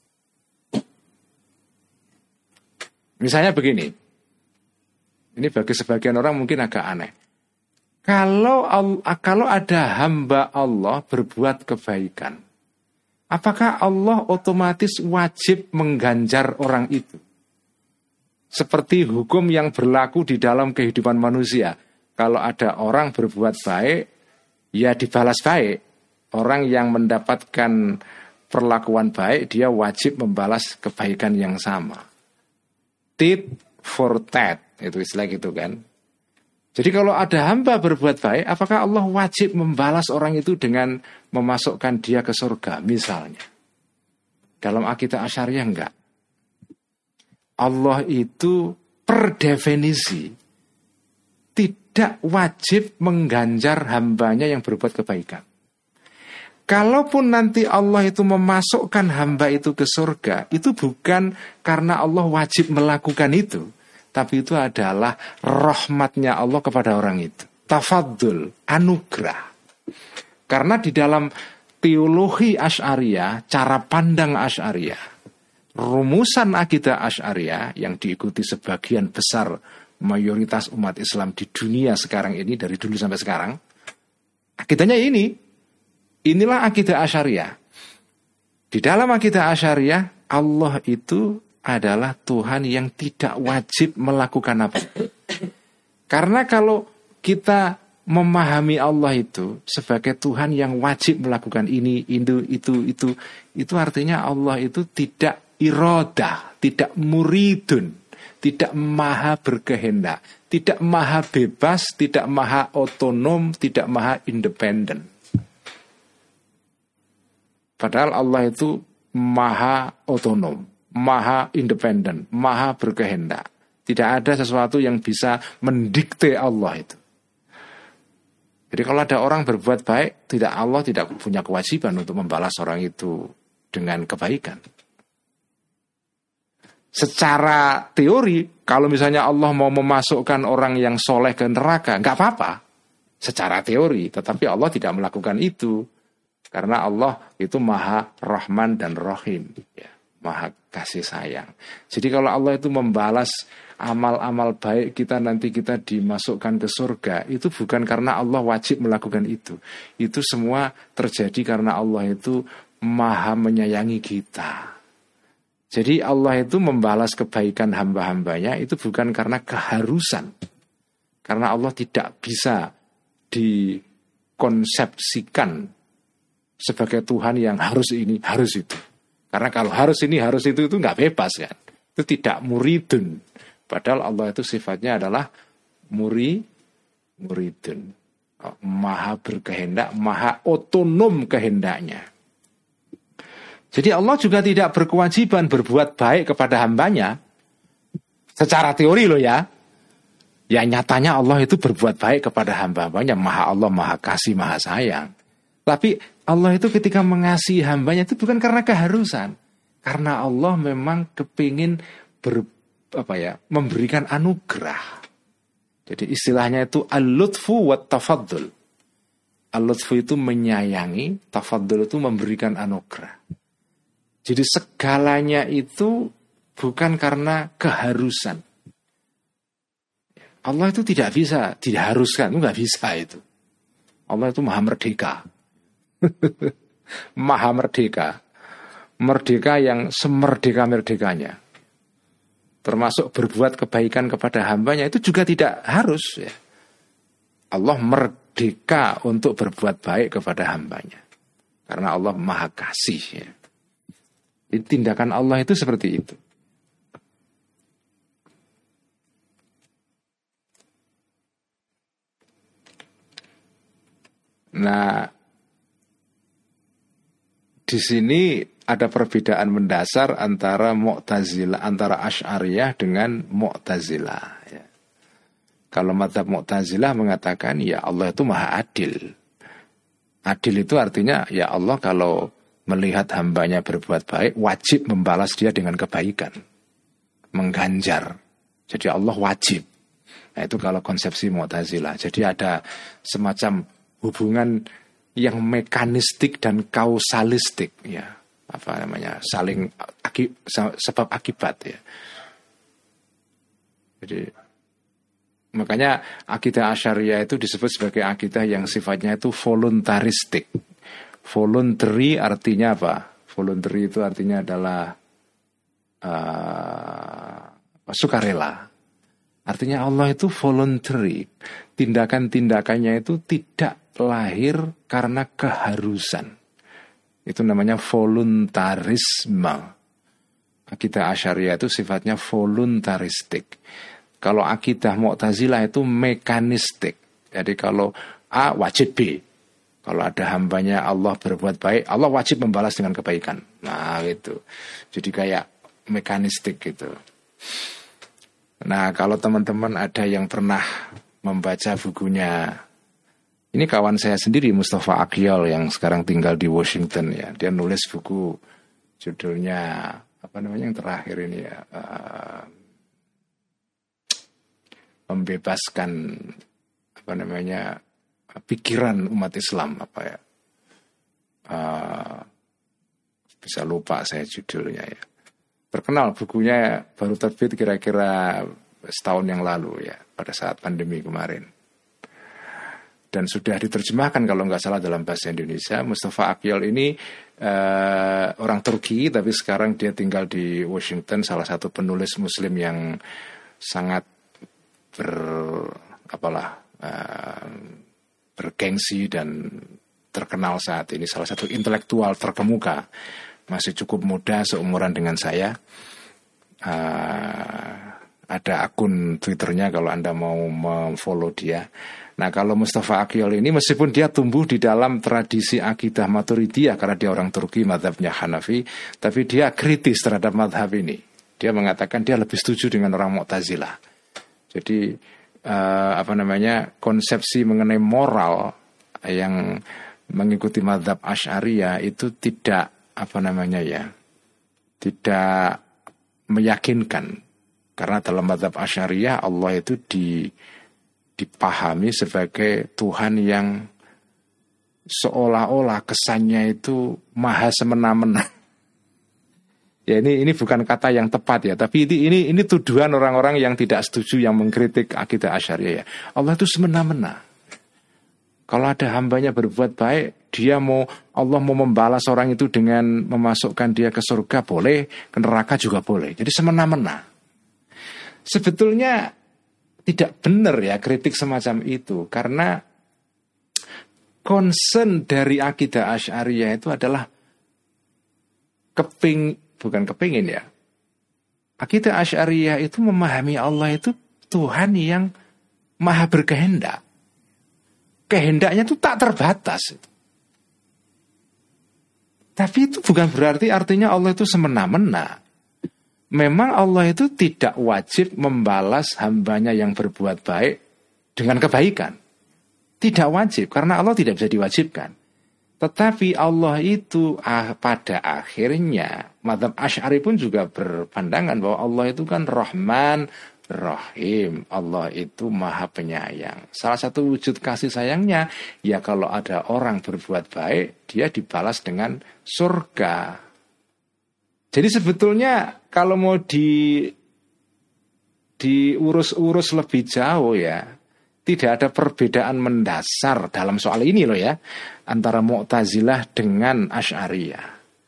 Misalnya begini, ini bagi sebagian orang mungkin agak aneh. Kalau kalau ada hamba Allah berbuat kebaikan, apakah Allah otomatis wajib mengganjar orang itu? Seperti hukum yang berlaku di dalam kehidupan manusia. Kalau ada orang berbuat baik, ya dibalas baik. Orang yang mendapatkan perlakuan baik, dia wajib membalas kebaikan yang sama. Tit for tat, itu istilah gitu kan. Jadi kalau ada hamba berbuat baik, apakah Allah wajib membalas orang itu dengan memasukkan dia ke surga misalnya? Dalam akidah Asy'ariyah enggak. Allah itu per definisi tidak wajib mengganjar hambanya yang berbuat kebaikan. Kalaupun nanti Allah itu memasukkan hamba itu ke surga, itu bukan karena Allah wajib melakukan itu, tapi itu adalah rahmatnya Allah kepada orang itu. Tafadzul, anugerah. Karena di dalam teologi Asy'ariyah, cara pandang Asy'ariyah, rumusan akidah Asy'ariyah yang diikuti sebagian besar mayoritas umat Islam di dunia sekarang ini, dari dulu sampai sekarang, akidahnya ini. Inilah akidah Asy'ariyah. Di dalam akidah Asy'ariyah, Allah itu adalah Tuhan yang tidak wajib melakukan apa-apa. Karena kalau kita memahami Allah itu sebagai Tuhan yang wajib melakukan ini, itu, itu, itu, itu artinya Allah itu tidak iradah, tidak muridun, tidak maha berkehendak, tidak maha bebas, tidak maha otonom, tidak maha independen. Padahal Allah itu maha otonom, maha independen, maha berkehendak. Tidak ada sesuatu yang bisa mendikte Allah itu. Jadi kalau ada orang berbuat baik, tidak Allah tidak punya kewajiban untuk membalas orang itu dengan kebaikan. Secara teori, kalau misalnya Allah mau memasukkan orang yang soleh ke neraka, nggak apa-apa. Secara teori, tetapi Allah tidak melakukan itu. Karena Allah itu maha Rahman dan Rahim, ya, maha kasih sayang. Jadi kalau Allah itu membalas amal-amal baik kita, nanti kita dimasukkan ke surga, itu bukan karena Allah wajib melakukan itu. Itu semua terjadi karena Allah itu maha menyayangi kita. Jadi Allah itu membalas kebaikan hamba-hambanya itu bukan karena keharusan. Karena Allah tidak bisa dikonsepsikan sebagai Tuhan yang harus ini, harus itu. Karena kalau harus ini, harus itu, itu nggak bebas kan. Itu tidak muridun. Padahal Allah itu sifatnya adalah muri, muridun. Maha berkehendak, maha otonom kehendaknya. Jadi Allah juga tidak berkewajiban berbuat baik kepada hambanya. Secara teori loh ya. Ya nyatanya Allah itu berbuat baik kepada hamba-hambanya. Maha Allah, maha kasih, maha sayang. Tapi Allah itu ketika mengasihi hambanya itu bukan karena keharusan. Karena Allah memang kepingin ber, apa ya, memberikan anugerah. Jadi istilahnya itu al-lutfu wa tafadzul. Al-lutfu itu menyayangi, tafadzul itu memberikan anugerah. Jadi segalanya itu bukan karena keharusan. Allah itu tidak bisa diharuskan, itu nggak bisa itu. Allah itu maha merdeka. Maha merdeka, merdeka yang semerdeka-merdekanya. Termasuk berbuat kebaikan kepada hambanya itu juga tidak harus ya. Allah merdeka untuk berbuat baik kepada hambanya. Karena Allah maha kasih ya. Jadi tindakan Allah itu seperti itu. Nah, di sini ada perbedaan mendasar antara Mu'tazilah, antara Asy'ariyah dengan Mu'tazilah. Ya. Kalau mazhab Mu'tazilah mengatakan ya Allah itu maha adil. Adil itu artinya ya Allah kalau melihat hambanya berbuat baik, wajib membalas dia dengan kebaikan, mengganjar. Jadi Allah wajib. Nah, itu kalau konsepsi Mu'tazilah. Jadi ada semacam hubungan yang mekanistik dan kausalistik, ya, apa namanya, saling akib, sebab akibat, ya. Jadi makanya akidah Asy'ariyah itu disebut sebagai akidah yang sifatnya itu voluntaristik. Voluntary artinya apa? Voluntary itu artinya adalah uh, sukarela. Artinya Allah itu voluntary. Tindakan-tindakannya itu tidak lahir karena keharusan. Itu namanya voluntarisme. Akidah Asy'ariyah itu sifatnya voluntaristik. Kalau akidah Mu'tazilah itu mekanistik. Jadi kalau A wajib B. Kalau ada hambanya Allah berbuat baik, Allah wajib membalas dengan kebaikan. Nah gitu. Jadi kayak mekanistik gitu. Nah kalau teman-teman ada yang pernah membaca bukunya, ini kawan saya sendiri Mustafa Akyol yang sekarang tinggal di Washington, ya. Dia nulis buku judulnya apa namanya yang terakhir ini, ya, uh, membebaskan apa namanya pikiran umat Islam, apa ya, uh, bisa lupa saya judulnya, ya. Terkenal bukunya, baru terbit kira-kira setahun yang lalu, ya, pada saat pandemi kemarin. Dan sudah diterjemahkan kalau nggak salah dalam bahasa Indonesia. Mustafa Akyol ini uh, orang Turki, tapi sekarang dia tinggal di Washington, salah satu penulis Muslim yang sangat ber apalah uh, bergengsi dan terkenal saat ini, salah satu intelektual terkemuka, masih cukup muda, seumuran dengan saya. Uh, ada akun Twitternya kalau Anda mau memfollow dia. Nah kalau Mustafa Akyol ini, meskipun dia tumbuh di dalam tradisi akidah Maturidiyah karena dia orang Turki, mazhabnya Hanafi, tapi dia kritis terhadap mazhab ini. Dia mengatakan dia lebih setuju dengan orang Mu'tazilah. Jadi uh, apa namanya, konsepsi mengenai moral yang mengikuti mazhab Asy'ariyah itu tidak apa namanya ya, tidak meyakinkan. Karena dalam mazhab Asy'ariyah Allah itu di dipahami sebagai Tuhan yang seolah-olah kesannya itu maha semena-mena. Ya ini ini bukan kata yang tepat, ya, tapi ini ini ini tuduhan orang-orang yang tidak setuju, yang mengkritik akidah Asy'ariyah, ya. Allah itu semena-mena. Kalau ada hambanya berbuat baik, dia mau Allah mau membalas orang itu dengan memasukkan dia ke surga boleh, ke neraka juga boleh. Jadi semena-mena. Sebetulnya tidak benar, ya, kritik semacam itu, karena concern dari akidah Asy'ariyah itu adalah keping bukan kepingin ya. Akidah Asy'ariyah itu memahami Allah itu Tuhan yang maha berkehendak. Kehendaknya itu tak terbatas. Tapi itu bukan berarti artinya Allah itu semena-mena. Memang Allah itu tidak wajib membalas hambanya yang berbuat baik dengan kebaikan. Tidak wajib, karena Allah tidak bisa diwajibkan. Tetapi Allah itu ah, pada akhirnya, mazhab Asy'ari pun juga berpandangan bahwa Allah itu kan Rahman, Rahim. Allah itu maha penyayang. Salah satu wujud kasih sayangnya, ya kalau ada orang berbuat baik, dia dibalas dengan surga. Jadi sebetulnya kalau mau di diurus-urus lebih jauh, ya, tidak ada perbedaan mendasar dalam soal ini loh, ya, antara Mu'tazilah dengan Asy'ariyah.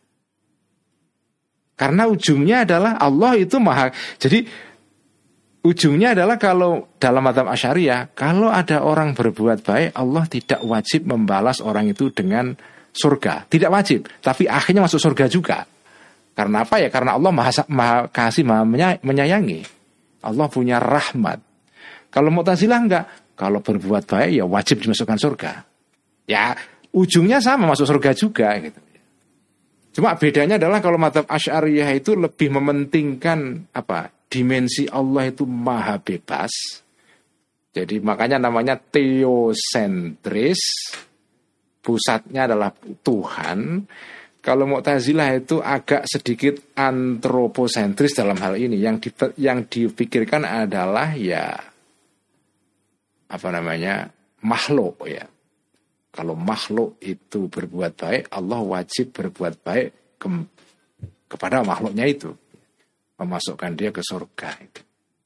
Karena ujungnya adalah Allah itu maha. Jadi ujungnya adalah kalau dalam mazhab Asy'ariyah, kalau ada orang berbuat baik, Allah tidak wajib membalas orang itu dengan surga. Tidak wajib, tapi akhirnya masuk surga juga. Karena apa ya? Karena Allah maha, maha kasih, maha menyayangi. Allah punya rahmat. Kalau Mu'tazilah enggak. Kalau berbuat baik ya wajib dimasukkan surga. Ya ujungnya sama, masuk surga juga gitu. Cuma bedanya adalah kalau mazhab Asy'ariyah itu lebih mementingkan apa? Dimensi Allah itu maha bebas. Jadi makanya namanya teosentris. Pusatnya adalah Tuhan. Kalau Mu'tazilah itu agak sedikit antroposentris dalam hal ini. Yang di, yang dipikirkan adalah ya apa namanya makhluk ya. Kalau makhluk itu berbuat baik, Allah wajib berbuat baik ke, kepada makhluknya itu, memasukkan dia ke surga. Itu.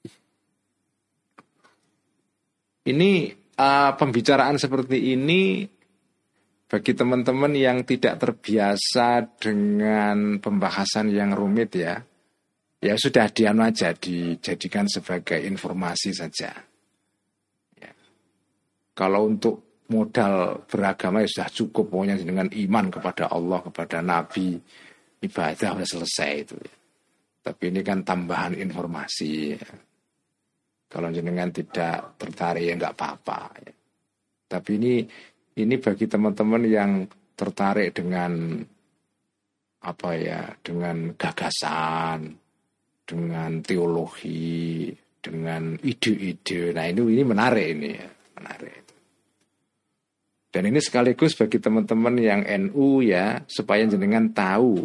Ini uh, pembicaraan seperti ini. Bagi teman-teman yang tidak terbiasa dengan pembahasan yang rumit ya, ya sudah diam aja, dijadikan sebagai informasi saja. Ya. Kalau untuk modal beragama ya sudah cukup, pokoknya dengan iman kepada Allah, kepada Nabi, ibadah sudah selesai itu. Ya. Tapi ini kan tambahan informasi. Ya. Kalau jenengan tidak tertarik ya nggak apa-apa. Ya. Tapi ini Ini bagi teman-teman yang tertarik dengan apa ya, dengan gagasan, dengan teologi, dengan ide-ide. Nah ini ini menarik ini ya, menarik. Dan ini sekaligus bagi teman-teman yang N U ya, supaya jenengan tahu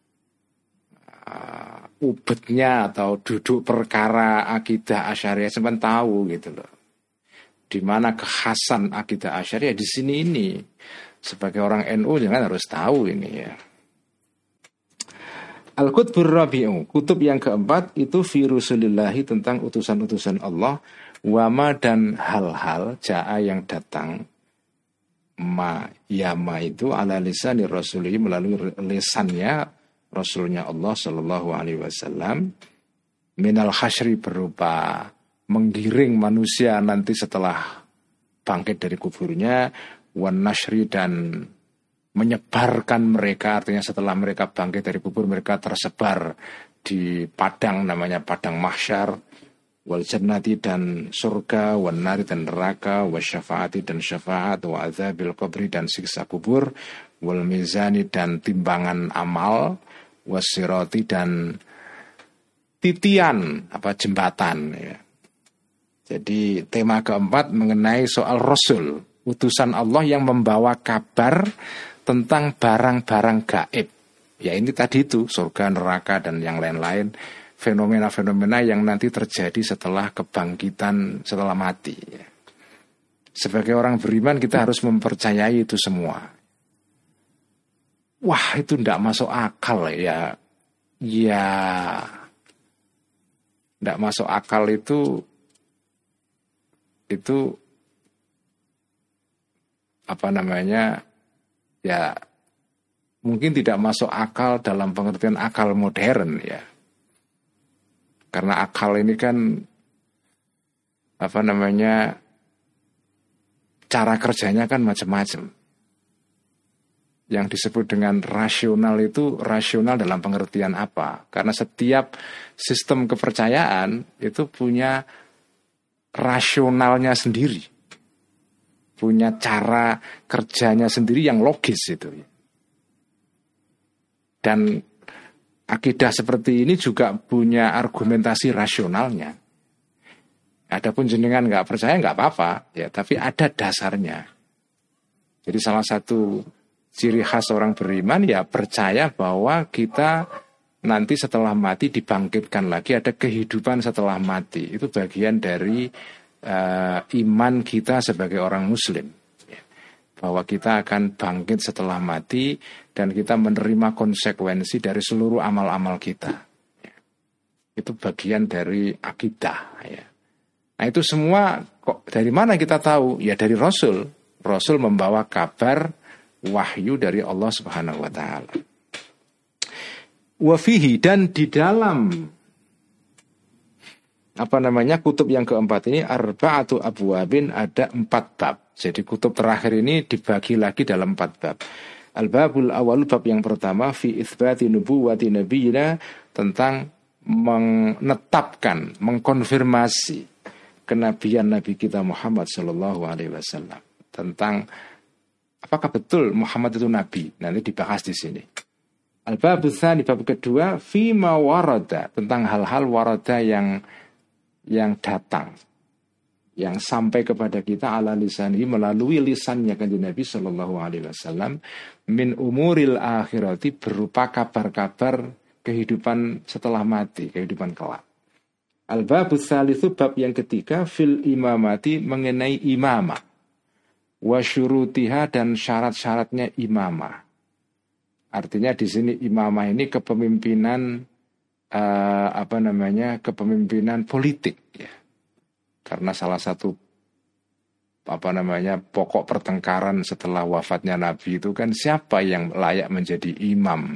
uh, ubetnya atau duduk perkara akidah Asy'ariyah, sampean tahu gitu loh. Di mana kekhasan akidah Asy'ariyah di sini ini. Sebagai orang N U jangan harus tahu ini ya. Al-Qutbur Rabi'u, kutub yang keempat itu fi Rasulillahi, tentang utusan-utusan Allah, wama dan hal-hal ja'a yang datang, ma yama itu ala lisani Rasulih, melalui lisannya Rasulnya Allah sallallahu alaihi wasallam, minal hasyri, berupa menggiring manusia nanti setelah bangkit dari kuburnya, wan nasyri, dan menyebarkan mereka, artinya setelah mereka bangkit dari kubur mereka tersebar di padang, namanya padang mahsyar, wal jannati, dan surga, wan nari, dan neraka, wa syafaati, dan syafaat, wa adzabil qabri, dan siksa kubur, wal mizani, dan timbangan amal, wasirati, dan titian apa jembatan ya. Jadi tema keempat mengenai soal Rasul, utusan Allah yang membawa kabar tentang barang-barang gaib. Ya ini tadi itu, surga, neraka, dan yang lain-lain, fenomena-fenomena yang nanti terjadi setelah kebangkitan, setelah mati. Sebagai orang beriman kita harus mempercayai itu semua. Wah itu tidak masuk akal ya. Ya tidak masuk akal itu itu apa namanya ya, mungkin tidak masuk akal dalam pengertian akal modern ya, karena akal ini kan apa namanya cara kerjanya kan macam-macam. Yang disebut dengan rasional itu rasional dalam pengertian apa? Karena setiap sistem kepercayaan itu punya rasionalnya sendiri, punya cara kerjanya sendiri yang logis itu. Dan akidah seperti ini juga punya argumentasi rasionalnya. Adapun jenengan nggak percaya nggak apa-apa, ya, tapi ada dasarnya. Jadi salah satu ciri khas orang beriman ya percaya bahwa kita nanti setelah mati dibangkitkan lagi, ada kehidupan setelah mati. Itu bagian dari uh, iman kita sebagai orang muslim, ya. Bahwa kita akan bangkit setelah mati dan kita menerima konsekuensi dari seluruh amal-amal kita, ya. Itu bagian dari akidah, ya. Nah itu semua kok dari mana kita tahu? Ya dari Rasul. Rasul membawa kabar wahyu dari Allah Subhanahu wa taala. Wafihi, dan di dalam apa namanya kutub yang keempat ini arba'atu abwabin, ada empat bab. Jadi kutub terakhir ini dibagi lagi dalam empat bab. Al-babul awal, bab yang pertama, fi itsbati nubuwati nabiyina, tentang menetapkan, mengkonfirmasi kenabian Nabi kita Muhammad sallallahu alaihi wasallam, tentang apakah betul Muhammad itu nabi. Nanti dibahas di sini. Al-babu tsani, bab kedua, fima warada, tentang hal-hal warada yang yang datang, yang sampai kepada kita ala lisani melalui lisannya kanjeng Nabi Shallallahu Alaihi Wasallam min umuril akhirati berupa kabar-kabar kehidupan setelah mati, kehidupan kelak. Al-babus tsalitsu bab yang ketiga fil imamati mengenai imamah wa syurutiha dan syarat-syaratnya imamah. Artinya di sini imamah ini kepemimpinan uh, apa namanya kepemimpinan politik ya. Karena salah satu apa namanya pokok pertengkaran setelah wafatnya Nabi itu kan siapa yang layak menjadi imam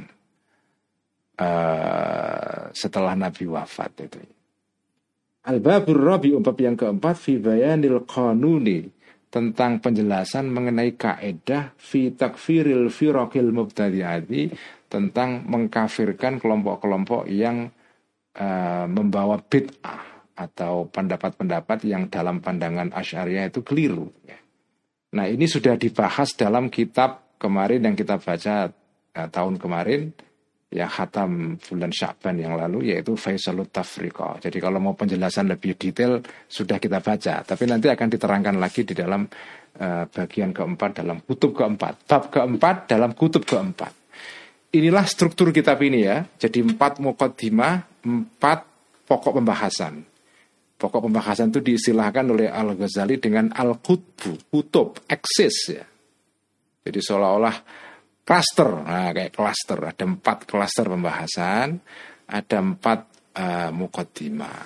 uh, setelah Nabi wafat itu. Al-babur rabi'u bab yang keempat fi bayanil qanuni tentang penjelasan mengenai kaedah fi takfiril firaqil mubtadi'ati tentang mengkafirkan kelompok-kelompok yang uh, membawa bid'ah atau pendapat-pendapat yang dalam pandangan Asy'ariyah itu keliru. Nah ini sudah dibahas dalam kitab kemarin yang kita baca eh, tahun kemarin ya khatam bulan Sya'ban yang lalu yaitu Faisalut Tafriqah. Jadi kalau mau penjelasan lebih detail sudah kita baca, tapi nanti akan diterangkan lagi di dalam eh, bagian keempat dalam kutub keempat, bab keempat dalam kutub keempat. Inilah struktur kitab ini ya. Jadi empat muqaddimah, empat pokok pembahasan. Pokok pembahasan itu diistilahkan oleh Al-Ghazali dengan Al-Qutbu, kutub, eksis ya. Jadi seolah-olah klaster, nah kayak klaster, ada empat klaster pembahasan, ada empat uh, muqaddimah.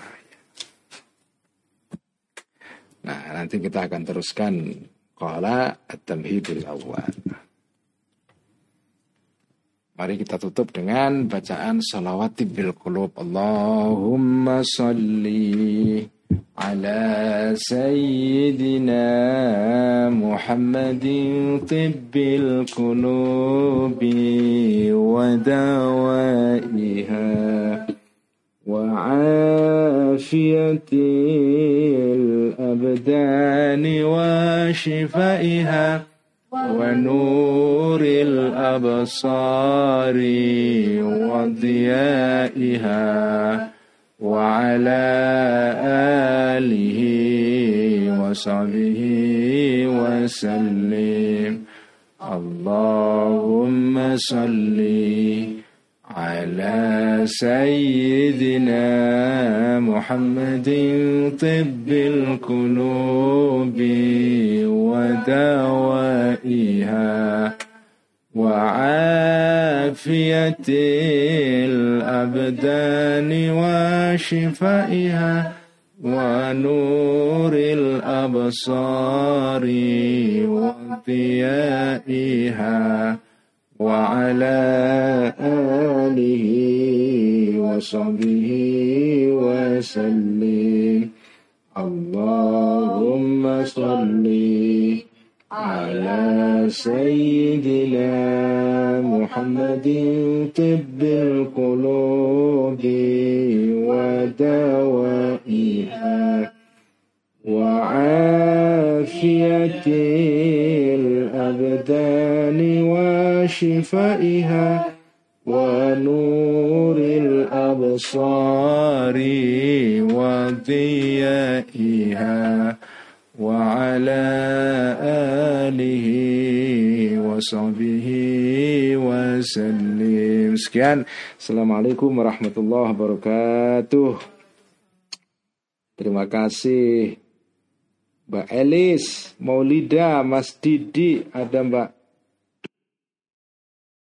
Nah nanti kita akan teruskan qala at-tamhidul awwal. Mari kita tutup dengan bacaan salawat bil qulub. Allahumma salli ala sayyidina Muhammadin tibbil qulubi wa dawaiha wa afiyatil abdani wa shifaiha wa nuril absari wa diyaiha wa ala alihi wa sahbihi wa sallim. Allahumma salli ala sayyidina Muhammadin tibbil qulubi wa dawaiha wa afiyatil abdani wa shifaiha wa nuril absari wa diyaiha wa ala alihi wa sahbihi wa sallim. Allahumma salli ala sayyidina Muhammadin tibbil qulubi wa dawaiha wa afiyatil abdani wa shifaiha wa nuril absari wa diyaiha wa ala alihi wa sahbihi wa sallim. Sekian. Assalamualaikum warahmatullahi wabarakatuh. Terima kasih Mbak Elis, Maulida, Mas Didi, ada Mbak